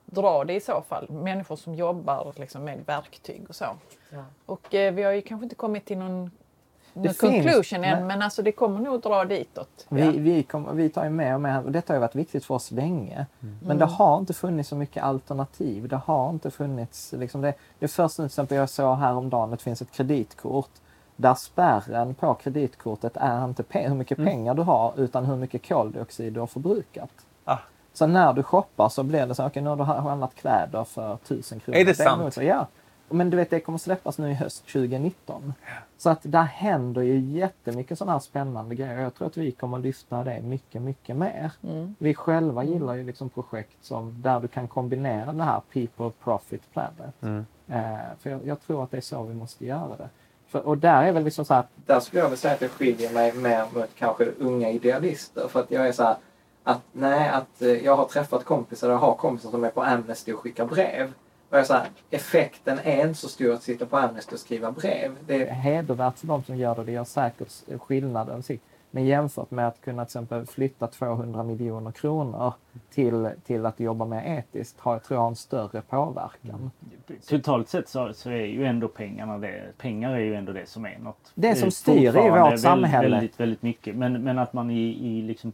dra det i så fall. Människor som jobbar liksom med verktyg och så. Ja. Och eh, vi har ju kanske inte kommit till någon, någon conclusion än, men alltså det kommer nog dra ditåt. Vi, ja. vi, kom, vi tar ju med och med, och detta har ju varit viktigt för oss länge. Mm. Men det har inte funnits så mycket alternativ. Det har inte funnits, liksom det, det första till exempel jag såg häromdagen, det finns ett kreditkort där spärren på kreditkortet är inte pe- hur mycket mm. pengar du har utan hur mycket koldioxid du har förbrukat. Ah. Så när du shoppar så blir det så, okej okay, nu har du handlat kläder för tusen kronor. Är det sant? Så, ja. Men du vet, det kommer släppas nu i höst tjugonitton. Ja. Så att där händer ju jättemycket sådana här spännande grejer. Jag tror att vi kommer lyfta det mycket, mycket mer. Mm. Vi själva mm. gillar ju liksom projekt som där du kan kombinera det här People, Profit, Planet. Mm. Eh, för jag, jag tror att det är så vi måste göra det. För, och där är väl liksom så här, där skulle jag väl säga att jag skiljer mig mer mot kanske unga idealister. För att jag är så här, att nej, att eh, jag har träffat kompisar, jag har kompisar som är på Amnesty och skickar brev. Och jag säger, effekten är inte så stor att sitta på Amnesty och skriva brev. Det är hedervärt för de som gör det, det gör säkert skillnaden. Men jämfört med att kunna till exempel flytta tvåhundra miljoner kronor till, till att jobba mer etiskt har, tror jag har en större påverkan. Totalt sett så, så är ju ändå pengarna det. Pengar är ju ändå det som är något. Det som styr i vårt samhälle. Väldigt, väldigt mycket. Men, men att man i, i liksom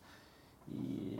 i,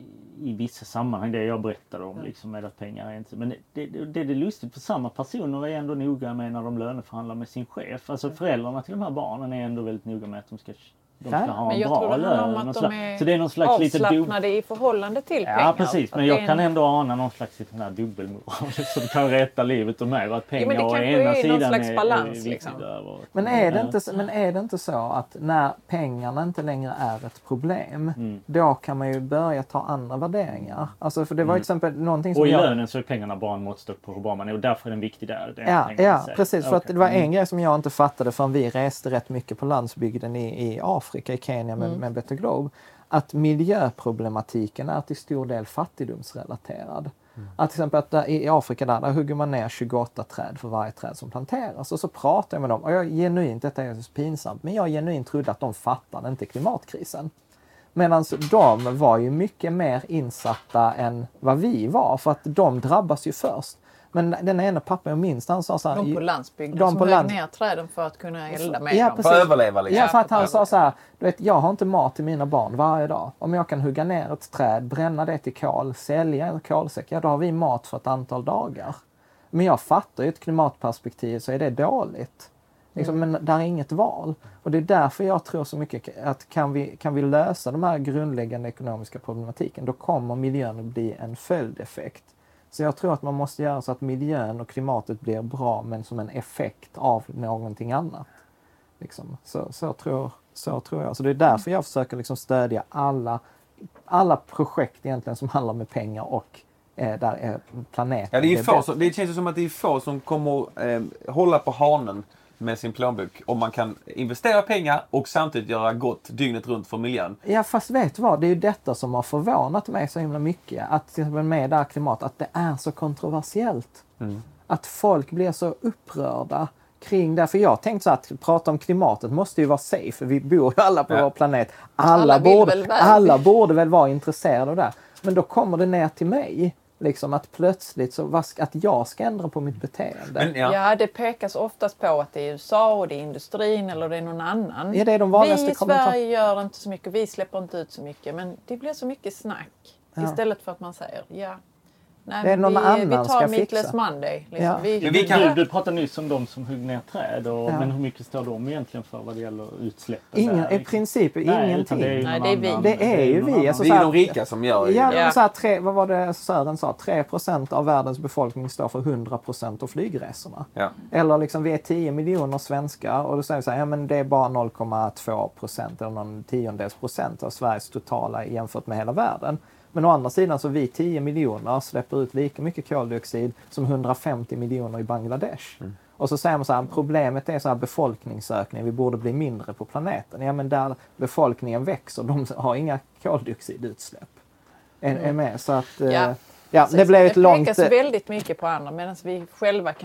i vissa sammanhang, det jag berättade om liksom, med att pengar är inte... Men det, det, det är lustigt, för samma personer är ändå noga med när de löneförhandlar med sin chef. Alltså föräldrarna till de här barnen är ändå väldigt noga med att de ska, de ska ha en bra lön. Att de är så det är någon slags avslappnade lite i förhållande till pengar. Ja, precis. Men jag kan ändå ana någon slags sån här dubbelmoral som kan rätta livet och mig. Att pengar ja, å ena sidan är, slags balans, är liksom. Men är, det inte, men är det inte så att när pengarna inte längre är ett problem, mm. då kan man ju börja ta andra värderingar. Alltså för det var mm. exempel någonting som och i jag... lönen så är pengarna bara en måttstock på hur bra man är och därför är den viktig där. Den ja, ja precis. För okay. att det var en mm. grej som jag inte fattade förrän vi reste rätt mycket på landsbygden i, i Afrika, i Kenya med, mm. med Better Globe. Att miljöproblematiken är till stor del fattigdomsrelaterad. Mm. Att till exempel att där, i Afrika där, där hugger man ner tjugoåtta träd för varje träd som planteras. Och så pratar jag med dem. Och jag genuint, detta är så pinsamt, men jag genuint trodde att de fattade inte klimatkrisen. Medan de var ju mycket mer insatta än vad vi var. För att de drabbas ju först. Men den ena pappan jag minns, han sa så här... De på landsbygden de som på högg land... ner träden för att kunna elda med ja, dem. Precis. För att överleva liksom. Ja, för att han sa så här, du vet, jag har inte mat till mina barn varje dag. Om jag kan hugga ner ett träd, bränna det till kol, sälja en kolsäck, ja då har vi mat för ett antal dagar. Men jag fattar ju ett klimatperspektiv så är det dåligt. Liksom, mm. Men där är inget val. Och det är därför jag tror så mycket att kan vi, kan vi lösa de här grundläggande ekonomiska problematiken, då kommer miljön att bli en följdeffekt. Så jag tror att man måste göra så att miljön och klimatet blir bra men som en effekt av någonting annat. Liksom. Så, så, tror, så tror jag. Så det är därför jag försöker liksom stödja alla, alla projekt egentligen som handlar med pengar och eh, där är planeten. Ja, det, är få som, det känns som att det är få som kommer eh, hålla på hanen med sin plånbok om man kan investera pengar och samtidigt göra gott dygnet runt för miljön. Ja, fast vet du vad? Det är ju detta som har förvånat mig så himla mycket. Att till exempel med det här klimatet, att det är så kontroversiellt. Mm. Att folk blir så upprörda kring det. För jag tänkte så att prata om klimatet måste ju vara safe. Vi bor ju alla på ja. vår planet. Alla, alla, borde, alla borde väl vara intresserade av det. Men då kommer det ner till mig. Liksom att plötsligt så att jag ska ändra på mitt beteende. Men, ja. ja, det pekas oftast på att det är U S A och det är industrin eller det är någon annan. Ja, det är de vanligaste vi i Sverige gör inte så mycket, vi släpper inte ut så mycket. Men det blir så mycket snack ja. istället för att man säger ja. Nej, det är någon vi, annan vi tar ska Meatless fixa. Monday. Liksom. Ja. Vi, men vi kan... du, du pratar nyss om de som hugg ner träd. Och, ja. Men hur mycket står de egentligen för vad det gäller utsläppen? Ingen, där? I princip Nej, ingenting. Det är, Nej, det är vi. Det är, det är ju vi. Alltså, det är de rika som gör det. Ja, ja. Så här, tre, vad var det Sören sa? tre procent av världens befolkning står för hundra procent av flygresorna. Ja. Eller liksom vi är tio miljoner svenskar och då säger vi så här, ja men det är bara noll komma två procent eller någon tiondels procent av Sveriges totala jämfört med hela världen. Men å andra sidan så vi tio miljoner släpper ut lika mycket koldioxid som hundrafemtio miljoner i Bangladesh. Mm. Och så säger man så här, problemet är så här befolkningsökning, vi borde bli mindre på planeten. Ja men där befolkningen växer, de har inga koldioxidutsläpp. Mm. Är, är med så att... Ja. Ja, det blev ett det långt... pekas väldigt mycket på andra medan vi själva kan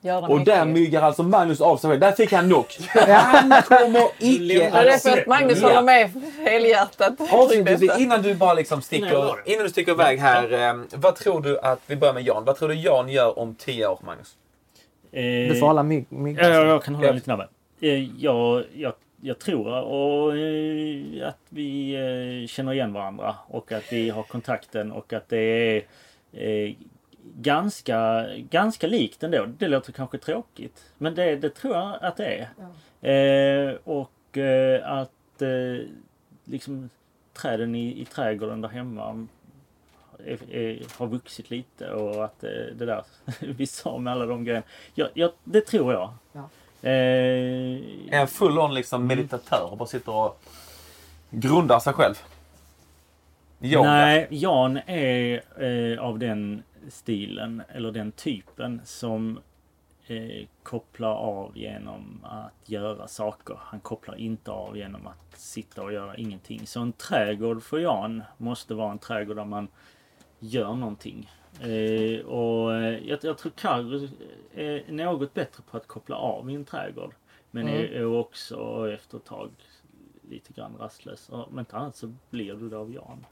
Och där myggar alltså Magnus av sig. Där fick han nog. Han kommer icke... Ja, det är för att Magnus håller med helhjärtat. Avslutningsvis, innan du bara liksom sticker, innan du sticker iväg här. Eh, vad tror du att, vi börjar med Jan. Vad tror du Jan gör om tio år, Magnus? Eh, du får hålla mygg. mygg. Ja, jag kan hålla lite närmare. Eh, jag, jag, jag tror och, eh, att vi eh, känner igen varandra. Och att vi har kontakten och att det är... Eh, Ganska, ganska likt ändå. Det låter kanske tråkigt. Men det, det tror jag att det är. Ja. Eh, och eh, att eh, liksom träden i, i trädgården där hemma är, är, har vuxit lite. Och att eh, det där vi sa med alla de grejerna. Ja, ja, det tror jag. Ja. Eh, en full on liksom meditatör och bara sitter och grundar sig själv. Yoga. Nej, Jan är eh, av den stilen eller den typen som eh, kopplar av genom att göra saker. Han kopplar inte av genom att sitta och göra ingenting. Så en trädgård för Jan måste vara en trädgård där man gör någonting. Eh, och jag, jag tror Carro är något bättre på att koppla av i en trädgård. Men mm. är, är också efter ett tag lite grann rastlös. Men inte annat så blir du det av Jan.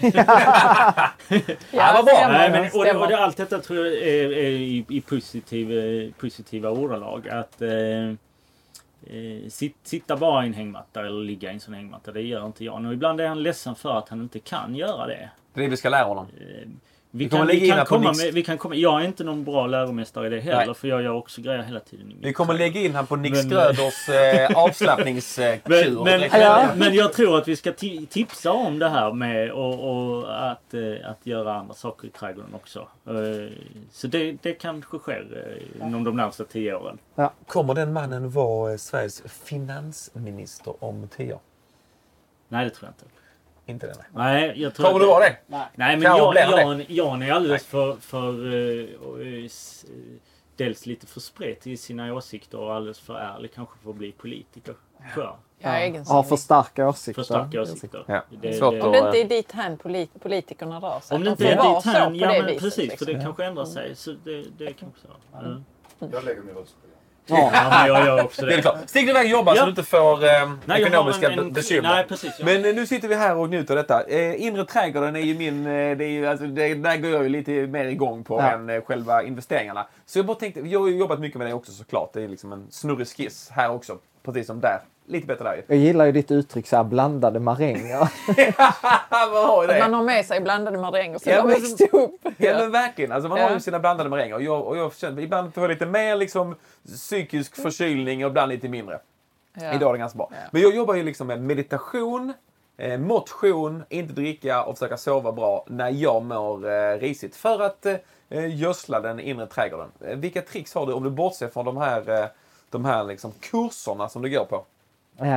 Ja, vad bra. Nej, men, och, det, och det, allt detta tror jag är, är i, i positiv, positiva ordalag. Att eh, eh, sit, sitta bara i en hängmatta eller ligga i en sån hängmatta, det gör inte Jan. Och ibland är han ledsen för att han inte kan göra det. Det är det vi ska lära honom. Eh, Vi, vi, kan, vi, kan komma med, vi kan komma, jag är inte någon bra läromästare i det heller. Nej. För jag gör också grejer hela tiden. Vi kommer träd. lägga in här på Nick men, Skröders eh, avslappningskur. Men, men, ja. men jag tror att vi ska t- tipsa om det här med och, och att, eh, att göra andra saker i trädgården också. Eh, så det, det kanske sker eh, inom de närmaste tio åren. Ja. Kommer den mannen vara Sveriges finansminister om tio år? Nej, det tror jag inte. Inte det, nej. nej jag tror Kommer det vara det? Nej, nej men Jan, Jan, Jan är alldeles för, för uh, uh, dels lite för spret i sina åsikter och alldeles för ärlig kanske för att bli politiker. Ja, ja. Har för starka åsikter. För starka åsikter. Ja. Det, det, om det inte är dit här polit- politikerna rör sig. Om det inte är dit här, ja men viset, precis. Liksom. För det kanske ändrar sig. Så det, det är kanske så. Mm. Jag lägger min röst på det. Ja, ja, jag gör också det. Det är klart. Stig iväg och jobba ja. så du inte får eh, nej, ekonomiska en, en, bekymmer. Nej, precis, ja. Men eh, nu sitter vi här och njuter av detta. Eh, inre trädgården är ju min... Eh, det är ju, alltså, det, där går jag ju lite mer igång på ja. än eh, själva investeringarna. Så jag bara tänkte... Jag har ju jobbat mycket med det också såklart. Det är liksom en snurrig skiss här också. Precis som där. Lite bättre där ju. Jag gillar ju ditt uttryck så här blandade maränger. Vad har det? Man har med sig blandade maränger så ja, de växte upp. Ja, ja men verkligen. Alltså man ja. har ju sina blandade maränger. Och jag, och jag känner, ibland får jag lite mer liksom psykisk förkylning och ibland lite mindre. Ja. Idag är det ganska bra. Ja. Men jag jobbar ju liksom med meditation, eh, motion, inte dricka och försöka sova bra när jag mår eh, risigt. För att eh, gödsla den inre trädgården. Eh, vilka tricks har du om du bortser från de här, eh, de här liksom kurserna som du går på? Uh,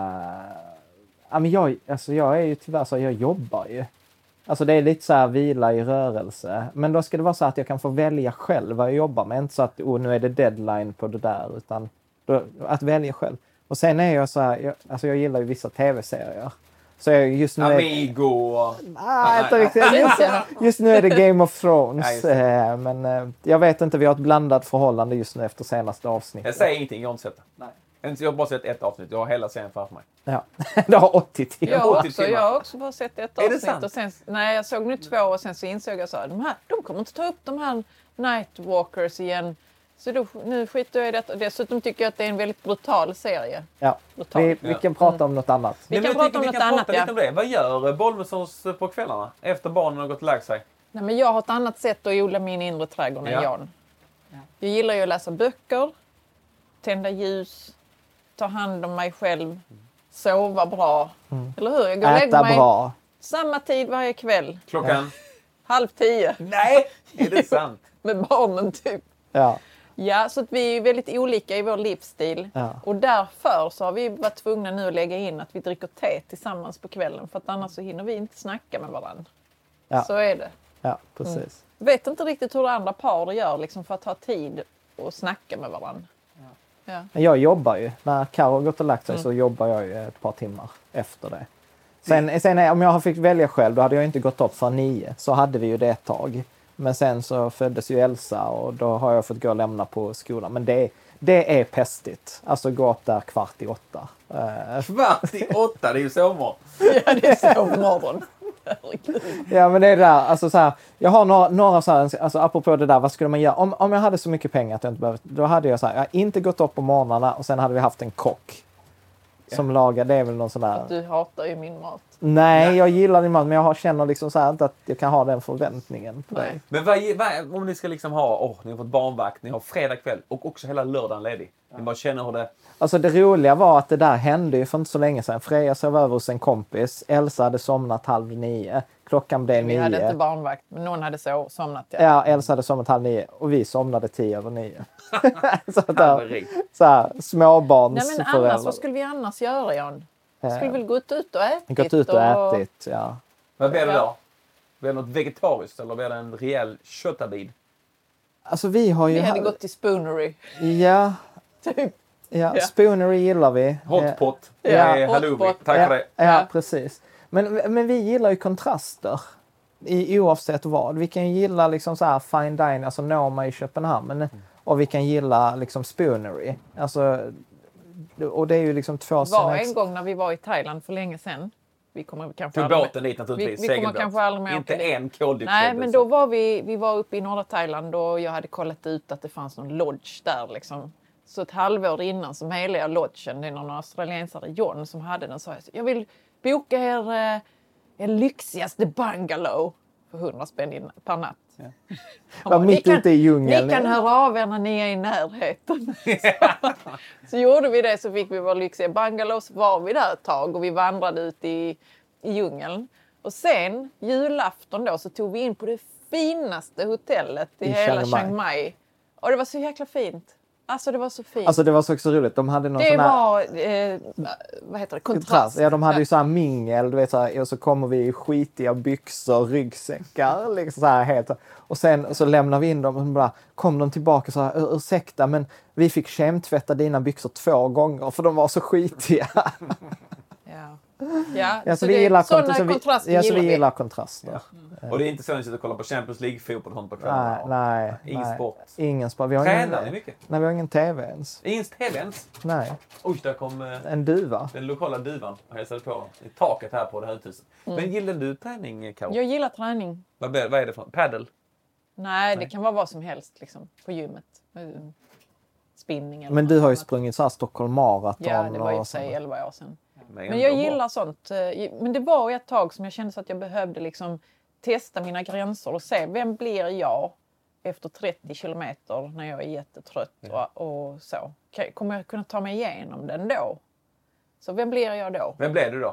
ja, men jag, alltså jag är ju tyvärr så jag jobbar ju. Alltså det är lite så här vila i rörelse. Men då ska det vara så att jag kan få välja själv vad jag jobbar med. Inte så att oh, nu är det deadline på det där. Utan då, att välja själv. Och sen är jag så här, jag, alltså jag gillar ju vissa tv-serier. Så jag just nu är... Amigo! Nej, inte riktigt. Just, just nu är det Game of Thrones. Ja, men jag vet inte, vi har ett blandat förhållande just nu efter senaste avsnittet. Jag säger ingenting, jag har inte sett det. Nej. Jag har bara sett ett avsnitt. Jag har hela serien framför mig. Ja, det har åttio timmar. Jag, också, timmar. jag har också bara sett ett avsnitt. Är det sant? Och sen, nej, jag såg nu två och sen så insåg jag så här, de här, de kommer inte ta upp de här Nightwalkers igen. Så då, nu skiter jag i det. Dessutom tycker jag att det är en väldigt brutal serie. Ja, brutal. Vi, vi kan prata om något annat. Vi kan prata om något annat, ja. Lite om det. Vad gör Bolmessons på kvällarna efter barnen har gått och lagt sig? Nej, men jag har ett annat sätt att odla min inre trädgård än ja. Jan. Ja. Jag gillar ju att läsa böcker, tända ljus, ta hand om mig själv, sova bra. Mm. Eller hur? Jag går och lägger mig bra. Samma tid varje kväll. Klockan? Halv tio. Nej, är det sant? Med barnen typ. Ja. Ja, så att vi är väldigt olika i vår livsstil. Ja. Och därför så har vi varit tvungna nu att lägga in att vi dricker te tillsammans på kvällen. För att annars så hinner vi inte snacka med varandra. Ja. Så är det. Ja, precis. Mm. Vet inte riktigt hur andra par gör liksom, för att ha tid och snacka med varandra. Ja. Ja. Jag jobbar ju. När Karo har gått och lagt sig mm. så jobbar jag ju ett par timmar efter det. Sen, mm. sen om jag fick välja själv, då hade jag inte gått upp för nio. Så hade vi ju det ett tag. Men sen så föddes ju Elsa och då har jag fått gå och lämna på skolan. Men det, det är pestigt. Alltså gå upp där kvart i åtta. Kvart i åtta, det är ju sovmorgon. Ja, det är sovmorgon. Ja, men det är det där. Alltså så här, jag har några, några så här, alltså apropå det där, vad skulle man göra? Om, om jag hade så mycket pengar att jag inte behövde, då hade jag så här, jag inte gått upp på morgnarna och sen hade vi haft en kock. Som ja. lagar, det är väl någon sån där... Du hatar ju min mat. Nej, Nej, jag gillar din mat, men jag känner liksom så här inte att jag kan ha den förväntningen på dig. Men vad, vad, om ni ska liksom ha, åh, ni har fått barnvakt, ni har fredag kväll och också hela lördagen ledig. Ja. Ni bara känner hur det... Alltså det roliga var att det där hände ju för inte så länge sedan. Freja sov över hos en kompis, Elsa hade somnat halv nio, klockan blev nio. Vi hade inte barnvakt, men någon hade så, somnat. Ja. ja, Elsa hade somnat halv nio och vi somnade tio över nio. så att där, så här, småbarns Nej, men annars, föräldrar. Vad skulle vi annars göra, Jan? Vi skulle väl gått ut och ätit? Gått ut och, och... ätit, ja. Vad blir det då? Blir det något vegetariskt eller blir det en rejäl köttabid? Alltså vi har ju... Vi hade gått till Spoonery. Ja. typ. Ja, ja. Spoonery gillar vi. Hotpot. Ja, ja halloumi. Tack ja, för det. Ja, ja, precis. Men, men vi gillar ju kontraster. I, oavsett vad. Vi kan gilla liksom så här fine dining, alltså Noma i Köpenhamn. Mm. Och vi kan gilla liksom Spoonery. Alltså... Och det är ju liksom två... Det var en gång när vi var i Thailand för länge sedan. Vi kommer kanske Tog båten dit naturligtvis. Vi, vi kommer kanske aldrig med Inte en koldioxid. Nej, men då var vi, vi var uppe i norra Thailand och jag hade kollat ut att det fanns någon lodge där liksom. Så ett halvår innan så mejlade jag lodgen. Det är någon australiensare, John, som hade den. Så jag vill boka er, er lyxigaste bungalow för hundra spänn per natt. Ja. Bara, mitt kan, ute i djungeln. Ni kan höra av er när ni är i närheten. så, så gjorde vi det, så fick vi vår lyxiga bungalow. Så var vi där ett tag och vi vandrade ut i, i djungeln. Och sen, julafton då, så tog vi in på det finaste hotellet i, I hela Chiang Mai. Chiang Mai. Och det var så jäkla fint. Alltså det var så fint. Alltså det var så också roligt. De hade någon det sån här... var, eh, vad heter det, kontrast. Ja, de hade ju så här mingel, du vet så här, och så kommer vi i skitiga byxor, ryggsäckar, liksom så här helt. Och sen så lämnar vi in dem och bara, kom de tillbaka så här, ursäkta, men vi fick kemtvätta dina byxor två gånger för de var så skitiga. ja. Ja, ja, så, så vi det, gillar sådana kont- kontraster ja, så vi vi. gillar kontraster. Ja. Mm. Och det är inte så att ni sitter och kollar på Champions League-fotboll och sånt på kvällarna? Nej, nej. Ingen nej. sport? Ingen sport. Vi har Tränar ingen, ni mycket? Nej, vi har ingen tv ens. Ingen tv ens? Nej. Oj, där kom eh, en duva. Den lokala duvan och hälsade på i taket här på det här huset. Mm. Men gillar du träning, Karo? Jag gillar träning. Vad, vad är det för paddle? Nej, det kan vara vad som helst liksom, på gymmet. Spinning eller Men du har ju annat. sprungit så här Stockholm Marathon. Ja, det var ju för sig elva år sedan. Men jag gillar bra. sånt. Men det var ett tag som jag kände så att jag behövde liksom testa mina gränser och se vem blir jag efter trettio kilometer när jag är jättetrött ja. och, och så. Kommer jag kunna ta mig igenom den då? Så vem blir jag då? Vem blir du då?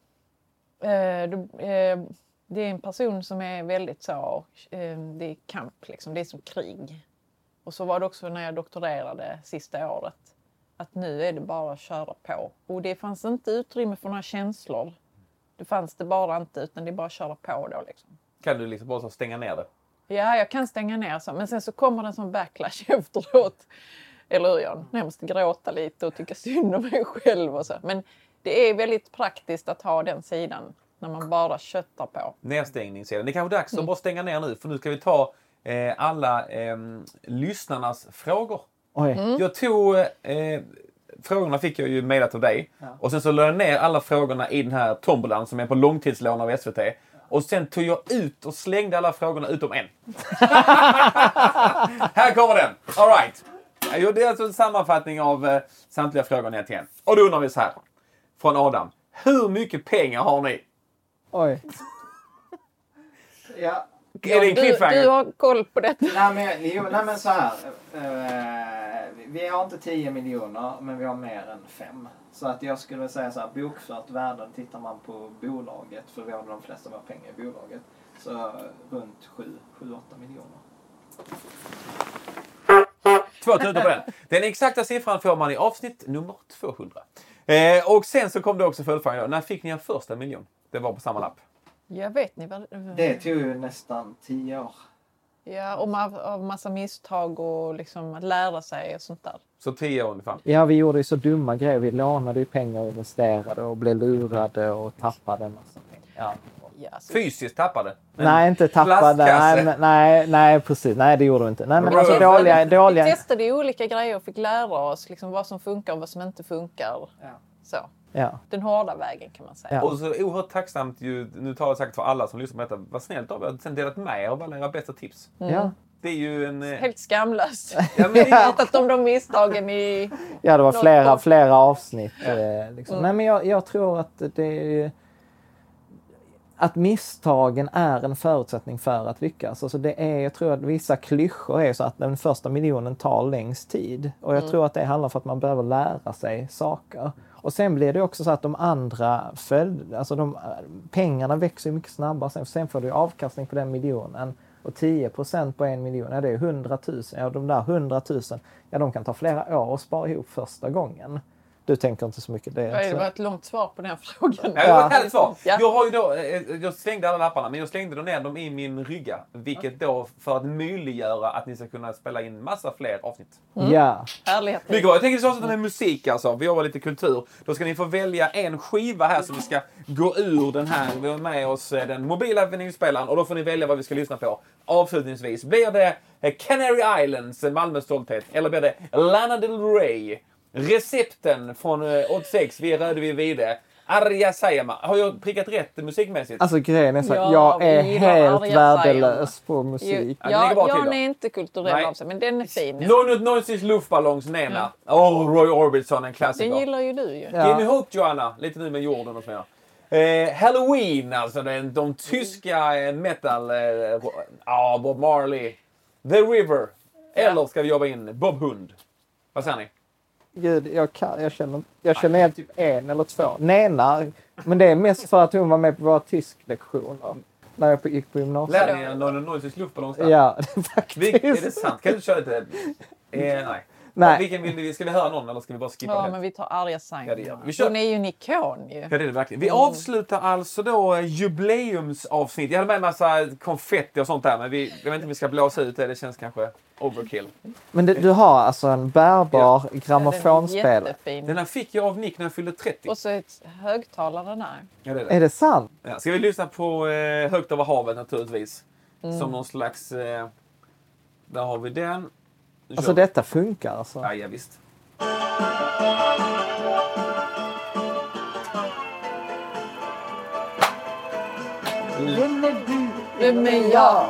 Eh, du, eh, det är en person som är väldigt så, eh, det är kamp liksom, det är som krig. Och så var det också när jag doktorerade sista året. Att nu är det bara att köra på. Och det fanns inte utrymme för några känslor. Det fanns det bara inte, utan det är bara att köra på då liksom. Kan du liksom bara så stänga ner det? Ja, jag kan stänga ner så. Men sen så kommer det en sån backlash efteråt. Eller hur, Jan? Jag måste gråta lite och tycka synd om mig själv och så. Men det är väldigt praktiskt att ha den sidan. När man bara köttar på. Nedstängningssidan. Det är kanske dags att mm. bara stänga ner nu. För nu ska vi ta eh, alla eh, lyssnarnas frågor. Mm. Jag tog... Eh, frågorna fick jag ju mejlat av dig. Ja. Och sen så lade jag ner alla frågorna i den här tombolan som är på långtidslån av S V T. Och sen tog jag ut och slängde alla frågorna utom en. Här kommer den. All right. Jag gjorde alltså en sammanfattning av eh, samtliga frågor ner till en. Och då undrar vi så här. Från Adam. Hur mycket pengar har ni? Oj. ja. Är det en cliffhanger? Du, du har koll på detta. Nej men, jo, nej, men så här. Uh, vi har inte tio miljoner, men vi har mer än fem. Så att jag skulle säga så här, bokfört värden tittar man på bolaget, för vi har de flesta av våra pengar i bolaget. Så runt sju åtta miljoner. Två tutor på den. Den exakta siffran får man i avsnitt nummer tvåhundra. Eh, och sen så kom det också följdfrågan. När fick ni en första miljon? Det var på samma lapp. Jag vet ni vad... Det tog ju nästan tio år. Ja, och av, av massa misstag och liksom att lära sig och sånt där. Så tio år ungefär. Ja, vi gjorde ju så dumma grejer. Vi lånade ju pengar och investerade och blev lurade och tappade en massa pengar. Ja. Ja, så... Fysiskt tappade? Nej, inte tappade. Nej, nej, nej, precis. Nej, det gjorde vi inte. Nej, men alltså dåliga... dåliga... Vi testade olika grejer och fick lära oss liksom vad som funkar och vad som inte funkar. Ja. Så. Ja. Den hårda vägen kan man säga. Ja. Och så oerhört tacksamt, ju, nu talar jag säkert för alla som lyssnar på detta, vad snällt av er att sen delat med er av alla era bästa tips. Mm. Ja. Det är ju en... Helt skamlöst. Ja, men jag har pratat om de misstagen i... Ja, det var flera, flera avsnitt. Eh, liksom. mm. Nej, men jag, jag tror att det är... Att misstagen är en förutsättning för att lyckas. Alltså det är, jag tror att vissa klyschor är så att den första miljonen tar längst tid. Och jag mm. tror att det handlar för att man behöver lära sig saker. Och sen blir det också så att de andra följd, alltså de, pengarna växer mycket snabbare. Sen, sen får du avkastning på den miljonen. Och tio procent på en miljon, ja det är hundratusen. Ja, de där hundratusen, ja de kan ta flera år och spara ihop första gången. Du tänker inte så mycket det. Ja, det var ett långt svar på den frågan. Ja, det var ett härligt svar. Ja. Jag, har ju då, jag slängde alla lapparna, men jag slängde då ner dem i min rygga. Vilket då för att möjliggöra att ni ska kunna spela in massa fler avsnitt. Mm. Ja. Härlighet. Jag tänker att vi avsluta med musik alltså. Vi har lite kultur. Då ska ni få välja en skiva här som vi ska gå ur den här. Vi har med oss den mobila vinylspelaren och då får ni välja vad vi ska lyssna på. Avslutningsvis, blir det Canary Islands, Malmös stolthet, eller blir det Lana Del Rey? Recepten från åttiosex, vi är röda, vi är vide. Arja Saijonmaa. Har jag prickat rätt musikmässigt? Alltså grejen är så att ja, jag är helt värdelös på musik. Ja, ja, jag är inte kulturell av sig, men den är fin. Ja. Något Noises luftballongs Nena. Åh, mm. oh, Roy Orbison, en klassiker. Den gillar ju du ju. Ja. Give me hope, Joanna. Lite nu med jorden och så mer. Eh, Halloween, alltså den, de tyska eh, metal. Ja, eh, ah, Bob Marley. The River. Ja. Eller ska vi jobba in Bob Hund? Vad säger ni? Gud, jag, kan, jag känner, jag känner igen typ en eller två. Nena, men det är mest för att hon var med på våra tysklektioner. När jag gick på gymnasiet. Lärde ni er någon Noises luftballong? Ja, faktiskt. Är det sant? Kan du köra lite? Eh, nej. Nej. Vilken vill vi? Ska vi höra någon eller ska vi bara skippa ja, det? Ja, men vi tar Arja Saijonmaa. Ja, vi kör. Hon är ju en ikon ju. Ja, det är det verkligen. Vi avslutar alltså då jubileumsavsnitt. Jag hade med en massa konfetti och sånt där, men vi, jag vet inte om vi ska blåsa ut det. Det känns kanske overkill. Men det, du har alltså en bärbar ja. grammofonspelare. Ja, den här fick jag av Nick när jag fyllde trettio. Och så ett högtalare där. Ja, det är, det. Är det sant? Ja, ska vi lyssna på eh, Högt över havet naturligtvis. Mm. Som någon slags... Eh, där har vi den. Alltså detta funkar alltså? Ja, ja visst. Vem är du? Vem är jag?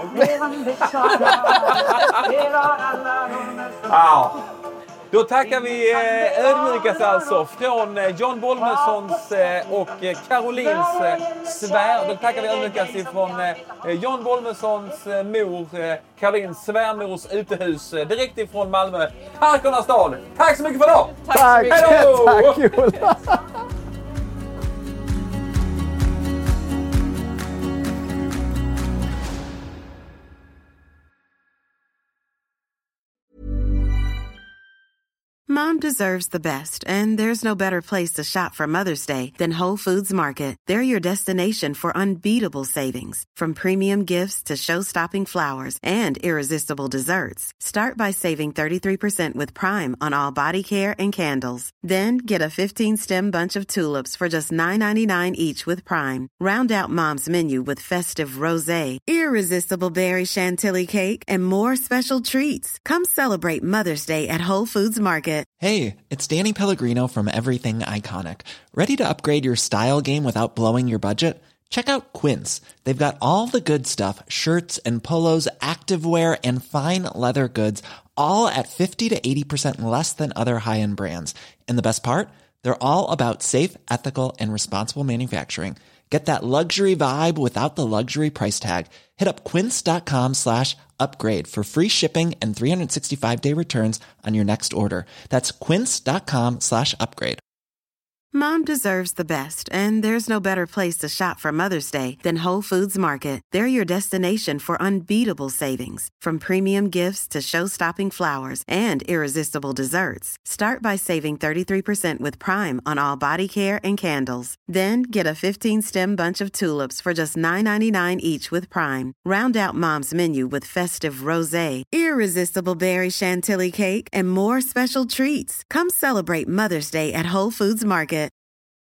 Ja. Då tackar vi eh, ödmjukast alltså från eh, John Bolmessons eh, och Carolins eh, svär. Då tackar vi ödmjukast ifrån eh, John Bolmessons eh, mor, eh, Carolins svärmors utehus eh, direkt ifrån Malmö. Parkernas stad. Tack så mycket för idag! Tack! Tack, tack Jola! Mom deserves the best, and there's no better place to shop for Mother's Day than Whole Foods Market. They're your destination for unbeatable savings, from premium gifts to show-stopping flowers and irresistible desserts. Start by saving thirty-three percent with Prime on all body care and candles. Then get a fifteen-stem bunch of tulips for just nine ninety-nine each with Prime. Round out Mom's menu with festive rosé, irresistible berry chantilly cake, and more special treats. Come celebrate Mother's Day at Whole Foods Market. Hey, it's Danny Pellegrino from Everything Iconic. Ready to upgrade your style game without blowing your budget? Check out Quince. They've got all the good stuff, shirts and polos, activewear, and fine leather goods, all at fifty to eighty percent less than other high-end brands. And the best part? They're all about safe, ethical, and responsible manufacturing. Get that luxury vibe without the luxury price tag. Hit up quince.com slash upgrade for free shipping and three sixty-five day returns on your next order. That's quince.com slash upgrade. Mom deserves the best, and there's no better place to shop for Mother's Day than Whole Foods Market. They're your destination for unbeatable savings, from premium gifts to show-stopping flowers and irresistible desserts. Start by saving thirty-three percent with Prime on all body care and candles. Then get a fifteen-stem bunch of tulips for just nine ninety-nine each with Prime. Round out Mom's menu with festive rosé, irresistible berry chantilly cake, and more special treats. Come celebrate Mother's Day at Whole Foods Market.